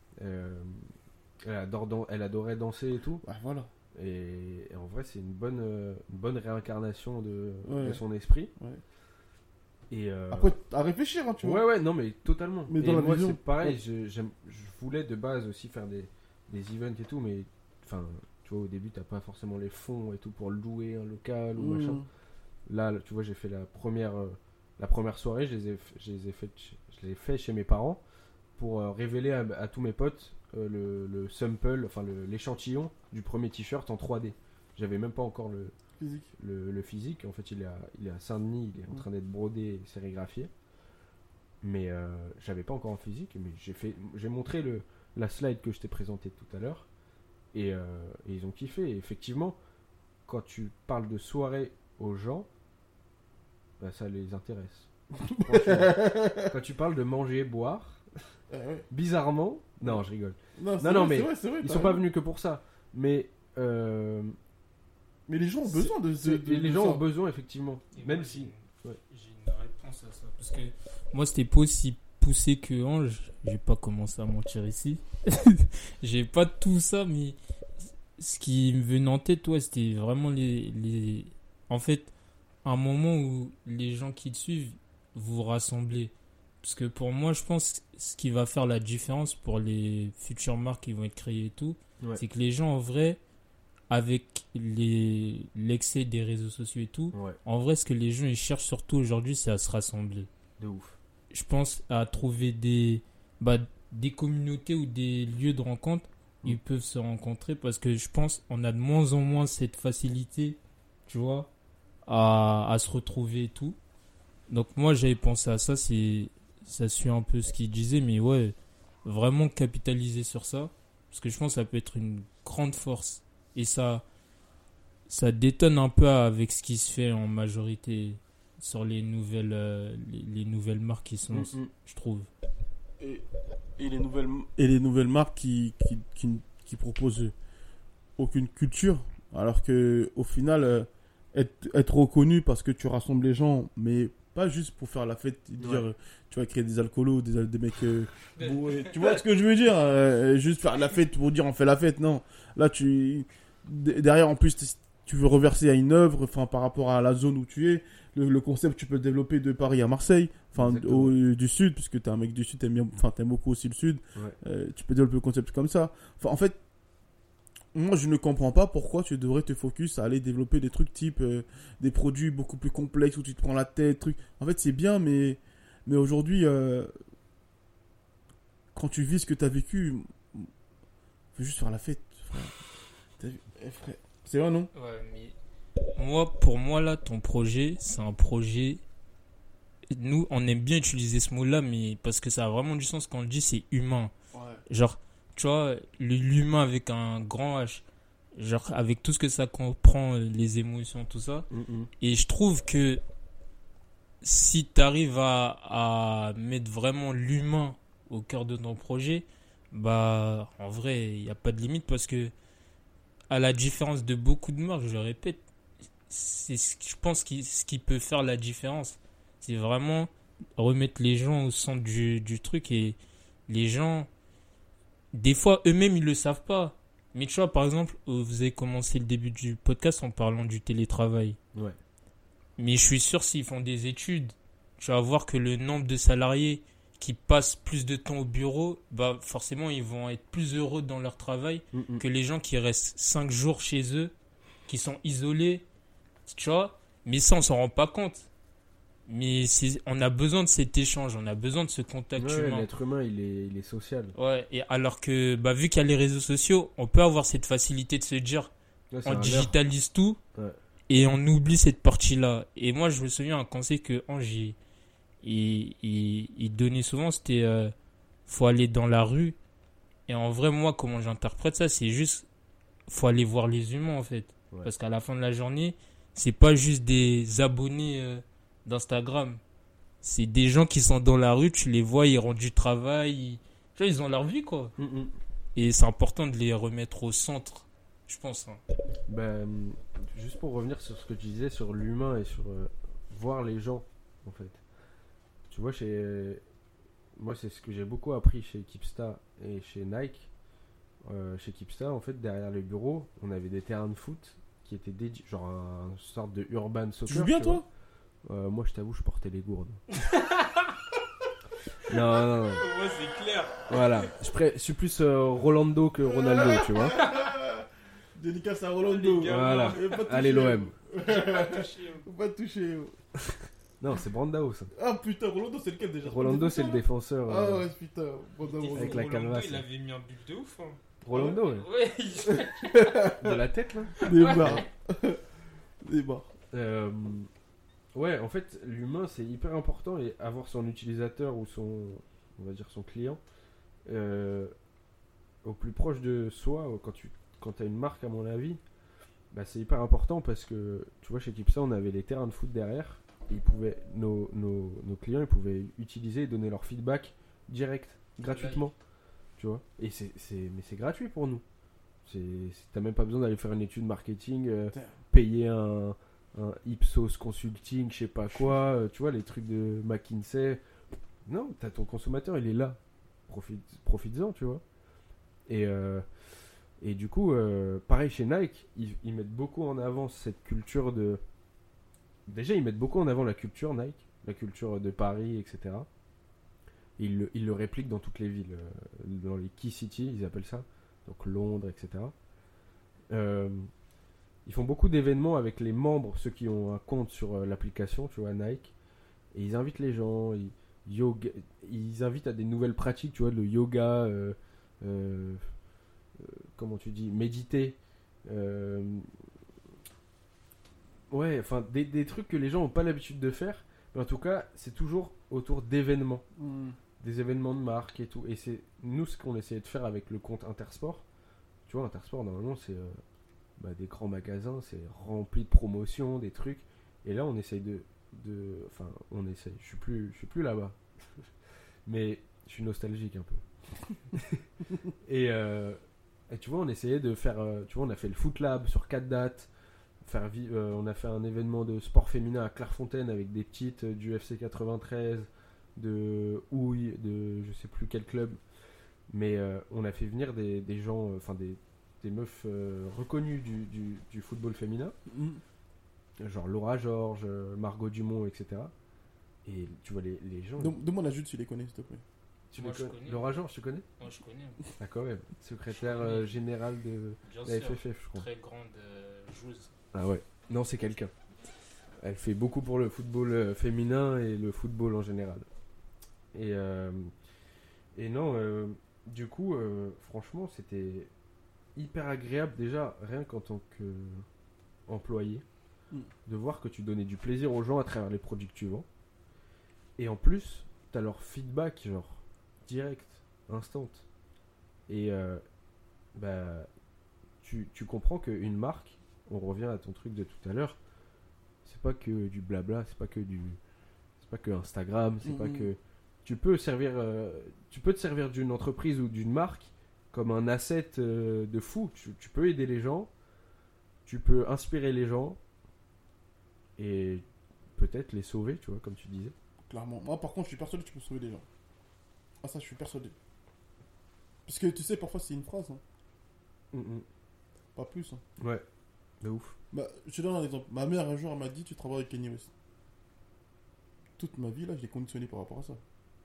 Elle adorait danser et tout. Ah, voilà. Et en vrai, c'est une bonne réincarnation de son esprit. Ouais. Et après, à réfléchir, hein, tu vois. Ouais, non, mais totalement. Mais dans et la moi, vision, c'est pareil. Je voulais de base aussi faire des events et tout, mais enfin, tu vois, au début, t'as pas forcément les fonds et tout pour louer un local ou machin. Là, tu vois, j'ai fait la première soirée, je les ai fait chez mes parents pour révéler à tous mes potes le sample, enfin l'échantillon du premier t-shirt en 3D. J'avais même pas encore le physique. En fait, il est à Saint-Denis, il est en train d'être brodé et sérigraphié. Mais j'avais pas encore en physique, mais j'ai montré la slide que je t'ai présentée tout à l'heure. Et ils ont kiffé. Et effectivement, quand tu parles de soirée aux gens, bah, ça les intéresse. Quand tu parles de manger, boire, bizarrement, non, je rigole. Non, mais c'est vrai, ils sont pas venus que pour ça. Mais les gens ont besoin les gens ont besoin, effectivement. Et même moi, si. J'ai une réponse à ça. Parce que moi, c'était pas aussi poussé que Ange. J'ai pas commencé à mentir ici. J'ai pas tout ça, mais ce qui me venait en tête, toi, c'était vraiment en fait, un moment où les gens qui te suivent, vous rassemblez. Parce que pour moi, je pense ce qui va faire la différence pour les futures marques qui vont être créées et tout, c'est que les gens, en vrai, avec l'excès des réseaux sociaux et tout, Ouais, en vrai, ce que les gens ils cherchent surtout aujourd'hui, c'est à se rassembler. de ouf. Je pense à trouver des communautés ou des lieux de rencontre où ils peuvent se rencontrer, parce que je pense on a de moins en moins cette facilité, tu vois, à se retrouver et tout. Donc moi j'avais pensé à ça, ça suit un peu ce qu'il disait, mais ouais, vraiment capitaliser sur ça, parce que je pense que ça peut être une grande force, et ça détonne un peu avec ce qui se fait en majorité sur les nouvelles marques qui sont, je trouve. Et les nouvelles marques qui proposent aucune culture, alors que au final, être reconnu parce que tu rassembles les gens, mais pas juste pour faire la fête, dire tu vas créer des alcoolos, des mecs bourrés. Tu vois ce que je veux dire, juste faire la fête pour dire on fait la fête, non. Là, derrière, en plus, tu veux reverser à une œuvre, enfin, par rapport à la zone où tu es. Le concept, tu peux le développer de Paris à Marseille, enfin, du sud, puisque t'es un mec du sud, t'aimes beaucoup aussi le sud. Ouais. Tu peux développer le concept comme ça. Enfin, en fait, moi, je ne comprends pas pourquoi tu devrais te focus à aller développer des trucs type des produits beaucoup plus complexes où tu te prends la tête, trucs. En fait, c'est bien, mais aujourd'hui, quand tu vis ce que tu as vécu, faut juste faire la fête. Frère. T'as vu frère. C'est vrai, non? Ouais, mais pour moi, là, ton projet, c'est un projet. Nous, on aime bien utiliser ce mot-là, mais parce que ça a vraiment du sens quand on le dit, c'est humain. Ouais. Genre, tu vois, l'humain avec un grand H, genre avec tout ce que ça comprend, les émotions, tout ça. Et je trouve que si tu arrives à mettre vraiment l'humain au cœur de ton projet, bah en vrai, il n'y a pas de limite, parce que à la différence de beaucoup de marques, je le répète, c'est je pense ce qui peut faire la différence. C'est vraiment remettre les gens au centre du truc, et les gens, des fois, eux-mêmes, ils le savent pas. Mais tu vois, par exemple, vous avez commencé le début du podcast en parlant du télétravail. Ouais. Mais je suis sûr, s'ils font des études, tu vas voir que le nombre de salariés qui passent plus de temps au bureau, bah forcément, ils vont être plus heureux dans leur travail que les gens qui restent 5 jours chez eux, qui sont isolés, tu vois. Mais ça, on s'en rend pas compte. Mais on a besoin de cet échange, on a besoin de ce contact humain. L'être humain, il est social. Ouais, et alors que, vu qu'il y a les réseaux sociaux, on peut avoir cette facilité de se dire, on digitalise tout, et on oublie cette partie-là. Et moi, je me souviens un conseil que Ange, il donnait souvent, c'était, faut aller dans la rue. Et en vrai, moi, comment j'interprète ça, c'est juste, faut aller voir les humains, en fait. Ouais. Parce qu'à la fin de la journée, c'est pas juste des abonnés d'Instagram. C'est des gens qui sont dans la rue, tu les vois, ils rentrent du travail, ils ont leur vie, quoi. Et c'est important de les remettre au centre, je pense. Juste pour revenir sur ce que tu disais sur l'humain et sur voir les gens, en fait. Tu vois, moi, c'est ce que j'ai beaucoup appris chez Keepsta et chez Nike. Chez Keepsta, en fait, derrière les bureaux, on avait des terrains de foot qui étaient dédiés, genre une sorte de urban soccer. Tu joues bien, toi? Moi, je t'avoue, je portais les gourdes. Non. Moi, c'est clair. Voilà. Je suis plus Rolando que Ronaldo, tu vois. Dédicace à Rolando. Voilà. Allez, l'OM. Faut pas toucher. Non, c'est Brandao, ça. Ah putain, Rolando, c'est lequel déjà? Rolando, c'est le défenseur. Ah ouais, putain. Avec la calvasse. Il avait mis un but de ouf. Hein. Rolando, ouais. De la tête, là. Des barres. Ouais, en fait, l'humain, c'est hyper important, et avoir son utilisateur ou on va dire son client au plus proche de soi, quand tu as une marque, à mon avis, bah, c'est hyper important, parce que, tu vois, chez Keepsta, on avait les terrains de foot derrière, et nos clients, ils pouvaient utiliser et donner leur feedback direct, gratuitement, tu vois, mais c'est gratuit pour nous. T'as même pas besoin d'aller faire une étude marketing, payer un Ipsos Consulting, je sais pas quoi, tu vois, les trucs de McKinsey. Non, t'as ton consommateur, il est là. Profites-en, tu vois. Et du coup, pareil chez Nike, ils mettent beaucoup en avant cette culture de... Déjà, ils mettent beaucoup en avant la culture Nike, la culture de Paris, etc. Et ils le répliquent dans toutes les villes, dans les Key Cities, ils appellent ça. Donc Londres, etc. ils font beaucoup d'événements avec les membres, ceux qui ont un compte sur l'application, tu vois, Nike. Et ils invitent les gens, ils invitent à des nouvelles pratiques, tu vois, le yoga, comment tu dis, méditer. Ouais, enfin, des trucs que les gens n'ont pas l'habitude de faire. Mais en tout cas, c'est toujours autour d'événements. Des événements de marque et tout. Et c'est nous ce qu'on essayait de faire avec le compte Intersport. Tu vois, Intersport, normalement, c'est des grands magasins, c'est rempli de promotions, des trucs. Et là, on essaye enfin, on essaye. Je suis plus là-bas. Mais je suis nostalgique un peu. et tu vois, on essayait de faire... tu vois, on a fait le Foot Lab sur 4 dates. On a fait un événement de sport féminin à Clairefontaine avec des petites du FC 93, de Houille, de je sais plus quel club. Mais on a fait venir des gens, enfin des meufs reconnues du football féminin. Genre Laura Georges, Margot Dumont, etc. Et tu vois les gens... Demande à Jude s'il les connaît, s'il te plaît. Moi, je connais. Laura Georges, tu connais? Moi, je connais. Ah, quand même. Secrétaire général de la FFF, je crois. Très grande joueuse. Ah ouais. Non, c'est quelqu'un. Elle fait beaucoup pour le football féminin et le football en général. Et non, du coup, franchement, c'était hyper agréable déjà, rien qu'en tant qu'employé, de voir que tu donnais du plaisir aux gens à travers les produits que tu vends. Et en plus, t'as leur feedback, genre, direct, instant. Et tu comprends qu'une marque, on revient à ton truc de tout à l'heure, c'est pas que du blabla, c'est pas que Instagram, c'est pas que... Tu peux te servir d'une entreprise ou d'une marque comme un asset de fou. Tu peux aider les gens, tu peux inspirer les gens et peut-être les sauver, tu vois, comme tu disais. Clairement. Moi, par contre, je suis persuadé que tu peux sauver des gens. Ah, ça, je suis persuadé. Parce que tu sais, parfois, c'est une phrase. Hein. Pas plus. Hein. Ouais, de ouf. Bah, je te donne un exemple. Ma mère, un jour, elle m'a dit, tu travailles avec Kanye West. Toute ma vie, là, je l'ai conditionné par rapport à ça.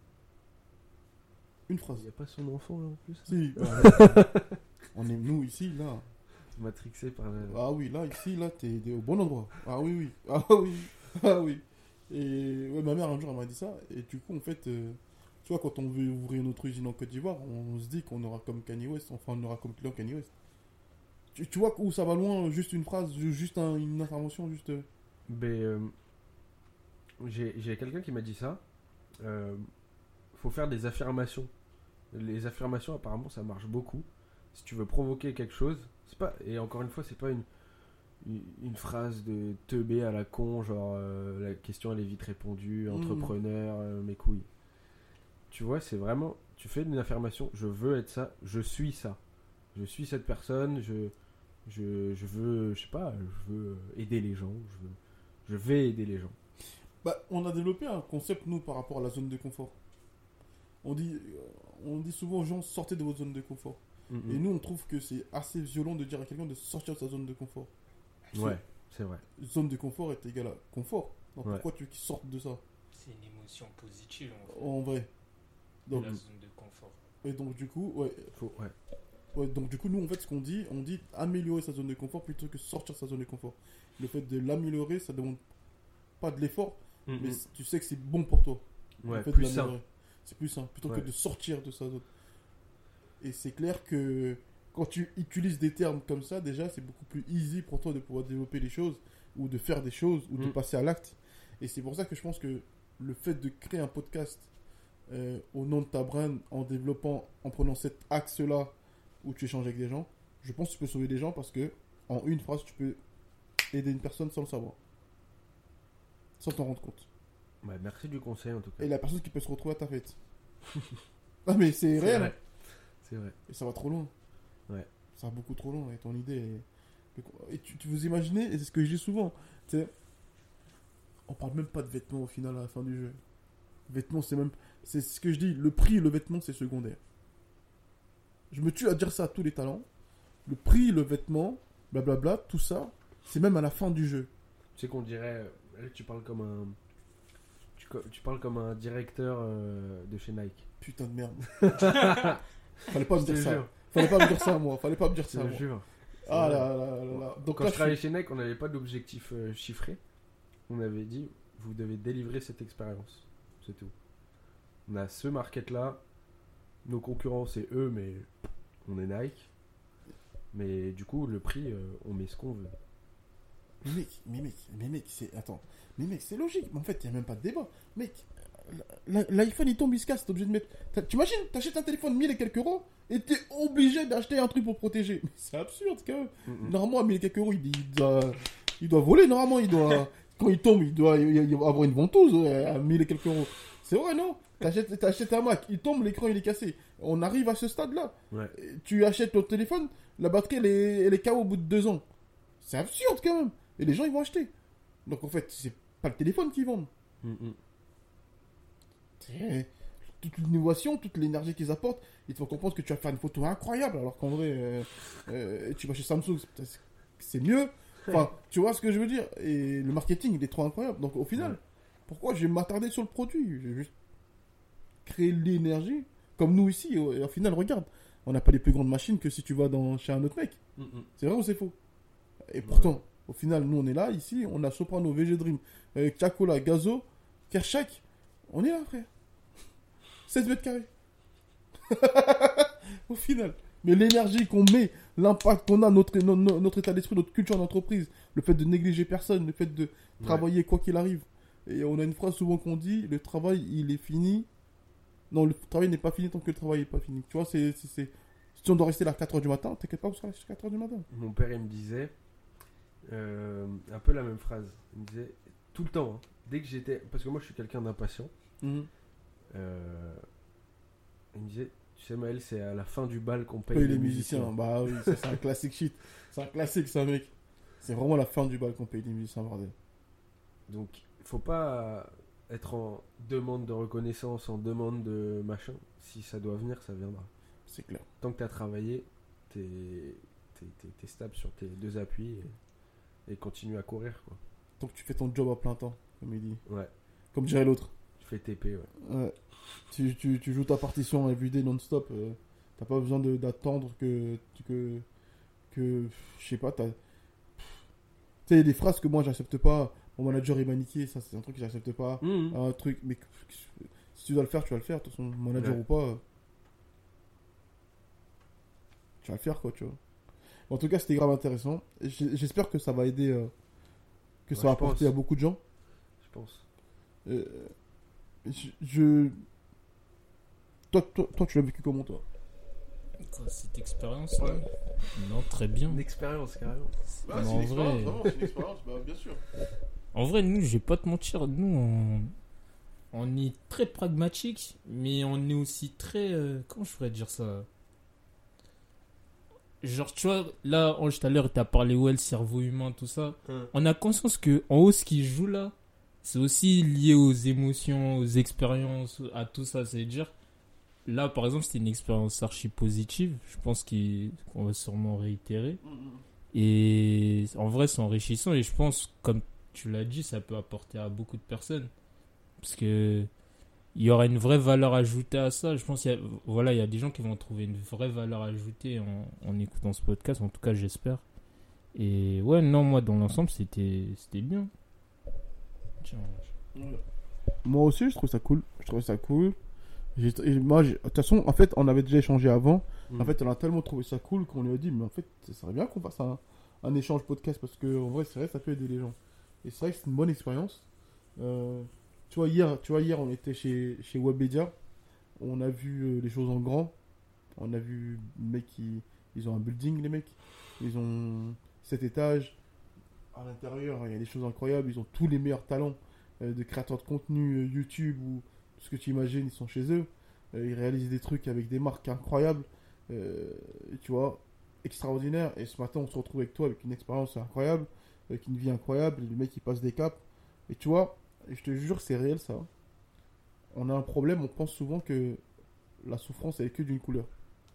Une phrase. Il n'y a pas son enfant, là, en plus. Si. On est, nous, ici, là. Matrixé par la... Ah oui, là, ici, là, t'es au bon endroit. Ah oui, oui. Ah oui. Ah oui. Et ouais, ma mère, un jour, elle m'a dit ça. Et du coup, en fait, tu vois, quand on veut ouvrir notre usine en Côte d'Ivoire, on se dit qu'on aura comme Kanye West. Enfin, on aura comme client Kanye West. Tu vois où ça va loin, juste une phrase, juste une intervention, juste... J'ai quelqu'un qui m'a dit ça. Faut faire des affirmations. Les affirmations, apparemment, ça marche beaucoup. Si tu veux provoquer quelque chose, c'est pas... Et encore une fois, c'est pas une phrase de teubé à la con, genre la question elle est vite répondue, entrepreneur, mes couilles. Tu vois, c'est vraiment... Tu fais une affirmation, je veux être ça, je suis ça. Je suis cette personne, je veux, je sais pas, je veux aider les gens, je vais aider les gens. Bah, on a développé un concept, nous, par rapport à la zone de confort. On dit souvent aux gens, sortez de votre zone de confort. Et nous, on trouve que c'est assez violent de dire à quelqu'un de sortir de sa zone de confort. Ouais, c'est vrai. Zone de confort est égale à confort. Donc Ouais. pourquoi tu veux qu'ils sortent de ça? C'est une émotion positive, en fait. En vrai. Donc, La zone de confort. et donc, du coup, ouais. Ouais. Ouais, donc du coup, nous, en fait, ce qu'on dit, on dit améliorer sa zone de confort plutôt que sortir de sa zone de confort. Le fait de l'améliorer, ça demande pas de l'effort, mais tu sais que c'est bon pour toi. Ouais, Le fait de plus l'améliorer. sain. C'est plus sain, plutôt Ouais. que de sortir de sa zone. Et c'est clair que quand tu utilises des termes comme ça, déjà, c'est beaucoup plus easy pour toi de pouvoir développer les choses, ou de faire des choses, ou de passer à l'acte. Et c'est pour ça que je pense que le fait de créer un podcast au nom de ta brand, en développant, en prenant cet axe-là, où tu échanges avec des gens, je pense que tu peux sauver des gens parce que en une phrase, tu peux aider une personne sans le savoir. Sans t'en rendre compte. Ouais, merci du conseil en tout cas. Et la personne qui peut se retrouver à ta fête. Ah mais c'est réel. vrai. C'est vrai. Et ça va trop loin. Ouais. Ça va beaucoup trop loin. Et ton idée est... Et tu vous imaginez, et c'est ce que je dis souvent, tu sais, on parle même pas de vêtements au final à la fin du jeu. Vêtements, c'est ce que je dis, le prix, le vêtement, c'est secondaire. Je me tue à dire ça à tous les talents. Le prix, le vêtement, blablabla, tout ça, c'est même à la fin du jeu. Tu sais qu'on dirait... Là, tu parles comme un... Tu parles comme un directeur de chez Nike. Putain de merde. Fallait pas me Je te dire ça. jure. Fallait pas me dire ça, moi. Fallait pas me dire Je ça, te moi. jure. Ah là. Donc Quand là, je travaillais chez NEC, on n'avait pas d'objectif chiffré. On avait dit, vous devez délivrer cette expérience. C'est tout. On a ce market-là. Nos concurrents, c'est eux, mais on est Nike. Mais du coup, le prix, on met ce qu'on veut. Mais mec, c'est... Attends. Mais mec, c'est logique. Mais en fait, il n'y a même pas de débat. Mec, l'iPhone, il tombe, il se casse. T'es obligé de mettre... T'imagines, t'achètes un téléphone 1000 et quelques euros et t'es obligé d'acheter un truc pour protéger. Mais c'est absurde, quand même. Normalement, à 1000 et quelques euros, il doit voler. Normalement, il doit... Quand il tombe, il doit avoir une ventouse à 1000 et quelques euros. C'est vrai, non? T'achètes un Mac, il tombe, l'écran, il est cassé. On arrive à ce stade-là. Ouais. Tu achètes ton téléphone, la batterie, elle est KO au bout de 2 ans. C'est absurde, quand même. Et les gens, ils vont acheter. Donc, en fait, c'est pas le téléphone qu'ils vendent. C'est toute l'innovation, toute l'énergie qu'ils apportent. Il faut comprendre que tu vas faire une photo incroyable, alors qu'en vrai, tu vas chez Samsung, c'est mieux. Enfin, tu vois ce que je veux dire. Et le marketing, il est trop incroyable. Donc, au final, pourquoi je vais m'attarder sur le produit? Je vais juste créer l'énergie. Comme nous ici, et au final, regarde, on n'a pas les plus grandes machines que si tu vas chez un autre mec. C'est vrai ou c'est faux? Et pourtant, au final, nous, on est là, ici, on a Soprano, VG Dream, Kakola, Gazo, Kershak. On est là, frère. 16 mètres carrés. Au final. Mais l'énergie qu'on met, l'impact qu'on a, notre état d'esprit, notre culture d'entreprise, le fait de négliger personne, le fait de travailler quoi qu'il arrive. Et on a une phrase souvent qu'on dit, le travail, il est fini. Non, le travail n'est pas fini tant que le travail n'est pas fini. Tu vois, si on doit rester là à 4h du matin, t'inquiète pas, on sera là jusqu'à 4h du matin. Mon père, il me disait un peu la même phrase. Il me disait tout le temps, hein, dès que j'étais... Parce que moi, je suis quelqu'un d'impatient. Il me disait, tu sais, Maël, c'est à la fin du bal qu'on paye les musiciens. Bah oui, ça, c'est un classique shit. C'est un classique, ça, mec. C'est vraiment la fin du bal qu'on paye les musiciens, bordel. Donc, il faut pas être en demande de reconnaissance, en demande de machin. Si ça doit venir, ça viendra. C'est clair. Tant que tu as travaillé, t'es stable sur tes deux appuis et continue à courir, quoi. Tant que tu fais ton job à plein temps, comme il dit. Ouais. Comme dirait l'autre. Tu fais TP, ouais. Tu joues ta partition everyday non-stop. T'as pas besoin d'attendre que je sais pas, tu sais, il y a des phrases que moi j'accepte pas. Mon manager est maniqué, ça c'est un truc que j'accepte pas. Un truc, mais si tu dois le faire, tu vas le faire. De toute façon, manager ou pas, tu vas le faire, quoi, tu vois. En tout cas, c'était grave intéressant. J'espère que ça va aider, que ça va apporter à beaucoup de gens. Je pense. Toi, tu l'as vécu comment, toi? Quoi, cette expérience là? Non, très bien. Une expérience, carrément. Bah, c'est une expérience, vraiment, c'est une expérience, bah, bien sûr. En vrai, nous, je vais pas te mentir, nous, on est très pragmatique, mais on est aussi très... comment je pourrais dire ça? Genre, tu vois, là, tout à l'heure, tu as parlé, le cerveau humain, tout ça. On a conscience que, en haut, ce qui joue là, c'est aussi lié aux émotions, aux expériences, à tout ça. C'est-à-dire, là, par exemple, c'était une expérience archi positive. Je pense qu'on va sûrement réitérer. Et en vrai, c'est enrichissant. Et je pense, comme tu l'as dit, ça peut apporter à beaucoup de personnes. Parce que il y aura une vraie valeur ajoutée à ça. Je pense qu'il y a des gens qui vont trouver une vraie valeur ajoutée en écoutant ce podcast. En tout cas, j'espère. Et ouais, non, moi, dans l'ensemble, c'était bien. Tiens. Moi aussi, je trouve ça cool. De toute façon, en fait, on avait déjà échangé avant. En fait, on a tellement trouvé ça cool qu'on lui a dit, mais en fait, ça serait bien qu'on fasse un échange podcast parce que en vrai, c'est vrai, ça peut aider les gens. Et c'est vrai que c'est une bonne expérience. Tu vois, hier, on était chez Webedia. On a vu les choses en grand. On a vu les mecs ils ont un building, les mecs. Ils ont 7 étages. À l'intérieur, il y a des choses incroyables. Ils ont tous les meilleurs talents de créateurs de contenu YouTube ou tout ce que tu imagines, ils sont chez eux. Ils réalisent des trucs avec des marques incroyables. Tu vois, extraordinaire. Et ce matin, on se retrouve avec toi avec une expérience incroyable, avec une vie incroyable. Les mecs, ils passent des caps. Et tu vois, et je te jure, c'est réel ça. On a un problème, on pense souvent que la souffrance, elle est que d'une couleur.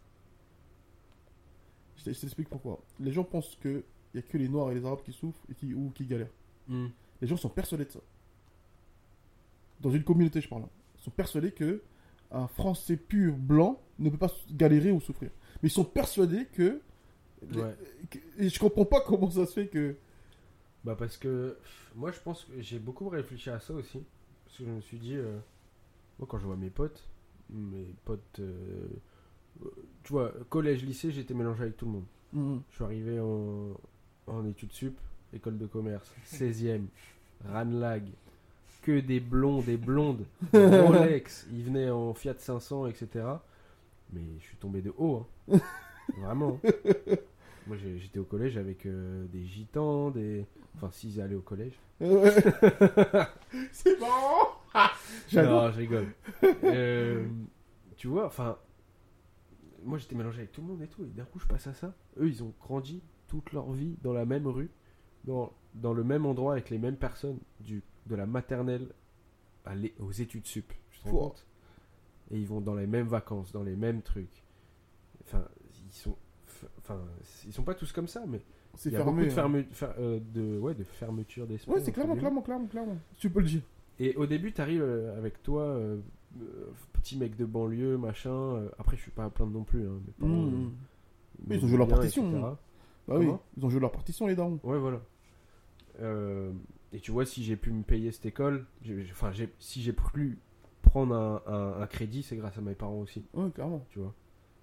Je t'explique pourquoi. Les gens pensent qu'il n'y a que les Noirs et les Arabes qui souffrent ou qui galèrent. Les gens sont persuadés de ça. Dans une communauté, je parle. Ils sont persuadés que un Français pur, blanc, ne peut pas galérer ou souffrir. Mais ils sont persuadés que Ouais. Et je comprends pas comment ça se fait que. Bah parce que moi je pense que j'ai beaucoup réfléchi à ça aussi. Parce que je me suis dit, moi quand je vois mes potes, tu vois, collège, lycée, j'étais mélangé avec tout le monde. Je suis arrivé en études sup, école de commerce, 16e, Ranlag, que des blonds, des blondes, Rolex, ils venaient en Fiat 500, etc. Mais je suis tombé de haut, hein. Vraiment. Moi j'étais au collège avec des gitans, enfin s'ils allaient au collège. C'est marrant. Non, je rigole. Tu vois, enfin, moi j'étais mélangé avec tout le monde et tout, et d'un coup je passe à ça. Eux ils ont grandi toute leur vie dans la même rue, dans le même endroit avec les mêmes personnes, de la maternelle aux études sup. Tu te rends compte ? Et ils vont dans les mêmes vacances, dans les mêmes trucs. Enfin, ils sont pas tous comme ça, mais C'est il y a fermé, beaucoup de fermeture d'esprit. Ouais, c'est clairement. Tu peux le dire. Et au début, t'arrives avec toi, petit mec de banlieue, machin. Après, je suis pas à plaindre non plus. Hein, mes parents, Mais ils ont joué leur bien, partition. etc. Bah oui, Comment ils ont joué leur partition, les darons. Ouais, voilà. Et tu vois, si j'ai pu me payer cette école, si j'ai pu prendre un crédit, c'est grâce à mes parents aussi. Ouais, clairement. Tu vois.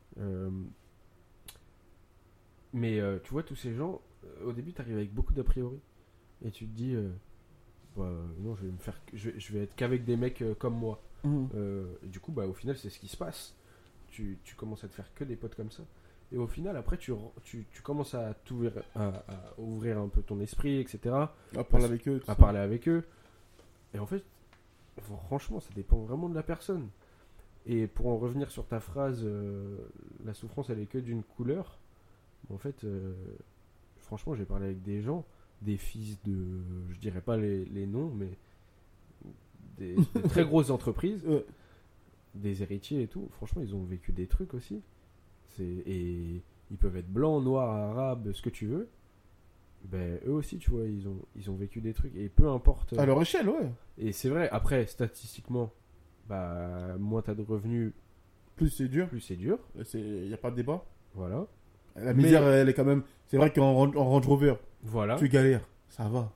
Mais tu vois, tous ces gens, au début, t'arrives avec beaucoup d'a priori. Et tu te dis, non, je vais être qu'avec des mecs comme moi. Et du coup, au final, c'est ce qui se passe. Tu commences à te faire que des potes comme ça. Et au final, après, tu commences à ouvrir un peu ton esprit, etc. À parler avec eux. Parler avec eux. Et en fait, franchement, ça dépend vraiment de la personne. Et pour en revenir sur ta phrase, la souffrance, elle est que d'une couleur. En fait, franchement, j'ai parlé avec des gens, des fils de, je dirais pas les noms, mais des très grosses entreprises, des héritiers et tout. Franchement, ils ont vécu des trucs aussi. Et ils peuvent être blancs, noirs, arabes, ce que tu veux. Ben, eux aussi, tu vois, ils ont vécu des trucs. Et peu importe. À leur échelle, ouais. Et c'est vrai, après, statistiquement, moins t'as de revenus, plus c'est dur. Il n'y a pas de débat. Voilà. La misère, elle est quand même. C'est vrai qu'en Range Rover, voilà. tu galères. Ça va.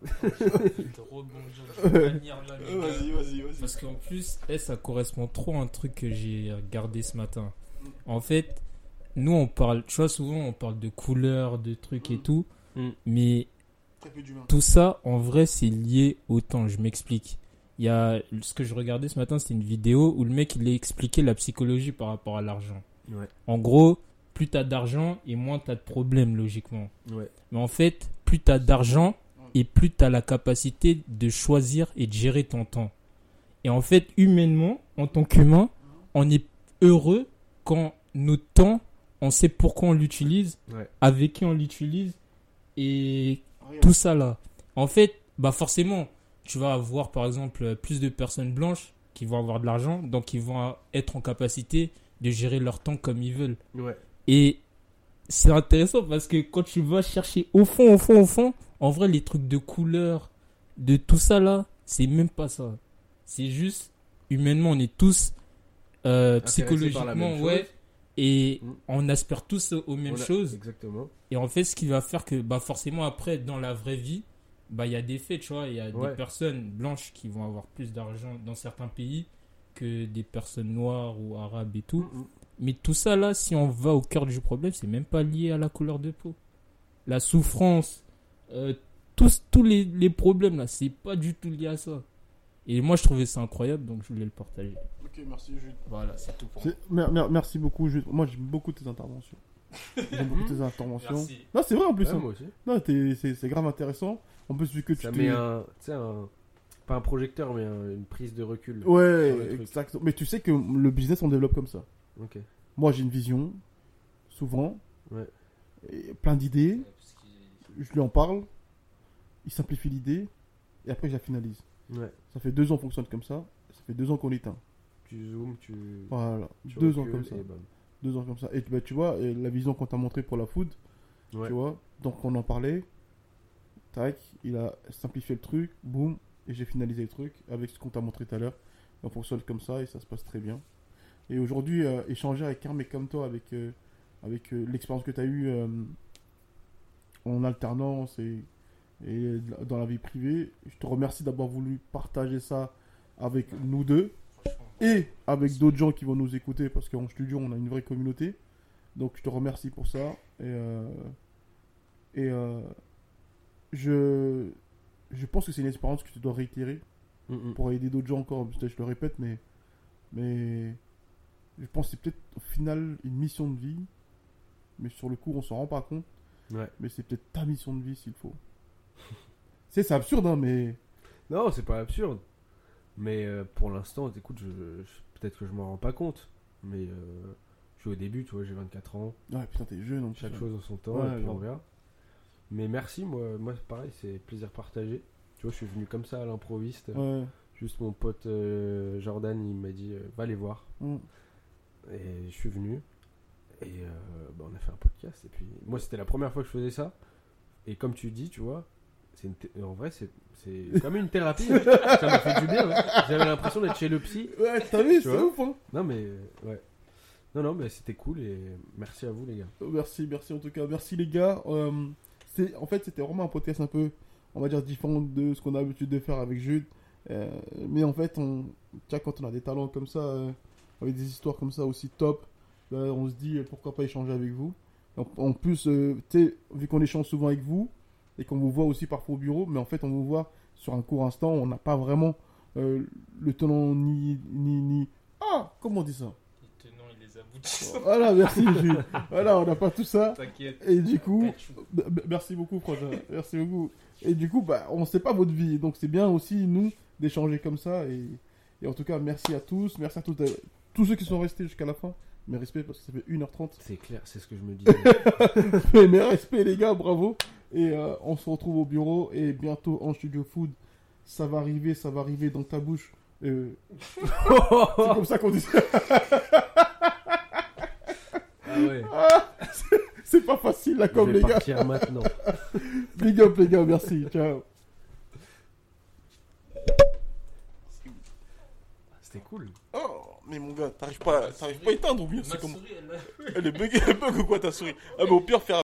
Vas-y. Parce qu'en plus, ça correspond trop à un truc que j'ai regardé ce matin. En fait, nous, on parle, tu vois, souvent, on parle de couleurs, de trucs et tout. Mais tout ça, en vrai, c'est lié au temps. Je m'explique. Il y a ce que je regardais ce matin, c'était une vidéo où le mec, il a expliqué la psychologie par rapport à l'argent. Ouais. En gros, plus t'as d'argent et moins t'as de problèmes, logiquement. Ouais. Mais en fait, plus t'as d'argent et plus t'as la capacité de choisir et de gérer ton temps. Et en fait, humainement, en tant qu'humain, on est heureux quand notre temps, on sait pourquoi on l'utilise, avec qui on l'utilise et tout ça là. En fait, forcément, tu vas avoir par exemple plus de personnes blanches qui vont avoir de l'argent, donc ils vont être en capacité de gérer leur temps comme ils veulent. Ouais. Et c'est intéressant parce que quand tu vas chercher au fond, en vrai, les trucs de couleur, de tout ça là, c'est même pas ça. C'est juste, humainement, on est tous psychologiquement, et on aspire tous aux mêmes choses. Exactement. Et en fait, ce qui va faire que, forcément, après, dans la vraie vie, il y a des faits, tu vois, il y a des personnes blanches qui vont avoir plus d'argent dans certains pays que des personnes noires ou arabes et tout. Mais tout ça là, si on va au cœur du problème, c'est même pas lié à la couleur de peau. La souffrance, tous les problèmes là, c'est pas du tout lié à ça. Et moi je trouvais ça incroyable, donc je voulais le partager. Ok, merci Jude. Voilà, c'est tout pour moi. Merci beaucoup Jude. Moi j'aime beaucoup tes interventions. Merci. Non, c'est vrai en plus. Moi aussi. Non, c'est grave intéressant. En plus vu que ça met pas un projecteur, mais une prise de recul. Ouais, exactement. Mais tu sais que le business on développe comme ça. Ok. Moi j'ai une vision, souvent, et plein d'idées, je lui en parle, il simplifie l'idée, et après je la finalise. Ouais. Ça fait 2 ans qu'on fonctionne comme ça fait 2 ans qu'on l'éteint. Tu zoomes, Voilà, 2 ans comme ça. 2 ans comme ça. Et tu vois, et la vision qu'on t'a montrée pour la food, tu vois, donc on en parlait, tac, il a simplifié le truc, boum, et j'ai finalisé le truc avec ce qu'on t'a montré tout à l'heure. Et on fonctionne comme ça et ça se passe très bien. Et aujourd'hui, échanger avec un mec comme toi, avec l'expérience que tu as eue en alternance et dans la vie privée. Je te remercie d'avoir voulu partager ça avec nous deux et avec d'autres gens qui vont nous écouter parce qu'en studio on a une vraie communauté. Donc je te remercie pour ça je pense que c'est une expérience que tu dois réitérer pour aider d'autres gens encore. Peut-être je le répète, mais je pense que c'est peut-être au final une mission de vie, mais sur le coup on s'en rend pas compte. Ouais. Mais c'est peut-être ta mission de vie s'il faut. C'est absurde, hein, mais... Non, c'est pas absurde. Mais pour l'instant, écoute, peut-être que je m'en rends pas compte. Mais je suis au début, tu vois, j'ai 24 ans. Ouais, putain, t'es jeune. Donc chaque chose en son temps, ouais, et puis on verra. Mais merci, moi pareil, c'est plaisir partagé. Tu vois, je suis venu comme ça à l'improviste. Ouais. Juste mon pote Jordan, il m'a dit, va les voir. Et je suis venu. Et on a fait un podcast. Et puis, moi, c'était la première fois que je faisais ça. Et comme tu dis, tu vois, en vrai, c'est comme une thérapie. Ça m'a fait du bien. Hein. J'avais l'impression d'être chez le psy. Ouais, t'as vu, c'est ouf. Hein. Non, mais ouais. Non, mais c'était cool. Et merci à vous, les gars. Merci en tout cas. Merci, les gars. En fait, c'était vraiment un podcast un peu, on va dire, différent de ce qu'on a l'habitude de faire avec Jude. Mais en fait, quand on a des talents comme ça, avec des histoires comme ça aussi top, on se dit pourquoi pas échanger avec vous. En plus, vu qu'on échange souvent avec vous et qu'on vous voit aussi parfois au bureau, mais en fait on vous voit sur un court instant, on n'a pas vraiment le tenant ni... Ah, comment on dit ça? Les tenants et les aboutissants. Voilà, merci Jules. Voilà, on n'a pas tout ça. T'inquiète. Et du coup, merci beaucoup Prochain. Merci beaucoup. Et du coup, on ne sait pas votre vie, donc c'est bien aussi nous d'échanger comme ça. Et en tout cas, merci à tous, merci à tous ceux qui sont restés jusqu'à la fin. Mes respects parce que ça fait 1h30. C'est clair, c'est ce que je me disais. Mais mes respects les gars, bravo. Et on se retrouve au bureau et bientôt en Studio Food. Ça va arriver dans ta bouche. C'est comme ça qu'on dit ça. Ah ouais. C'est pas facile là comme les gars. Je vais partir maintenant. Big up les gars, merci. Ciao. C'était cool. Oh, mais mon gars, t'arrives pas à éteindre ou bien c'est comme... souris, Elle est bug ou quoi ta souris? Ah mais au pire faire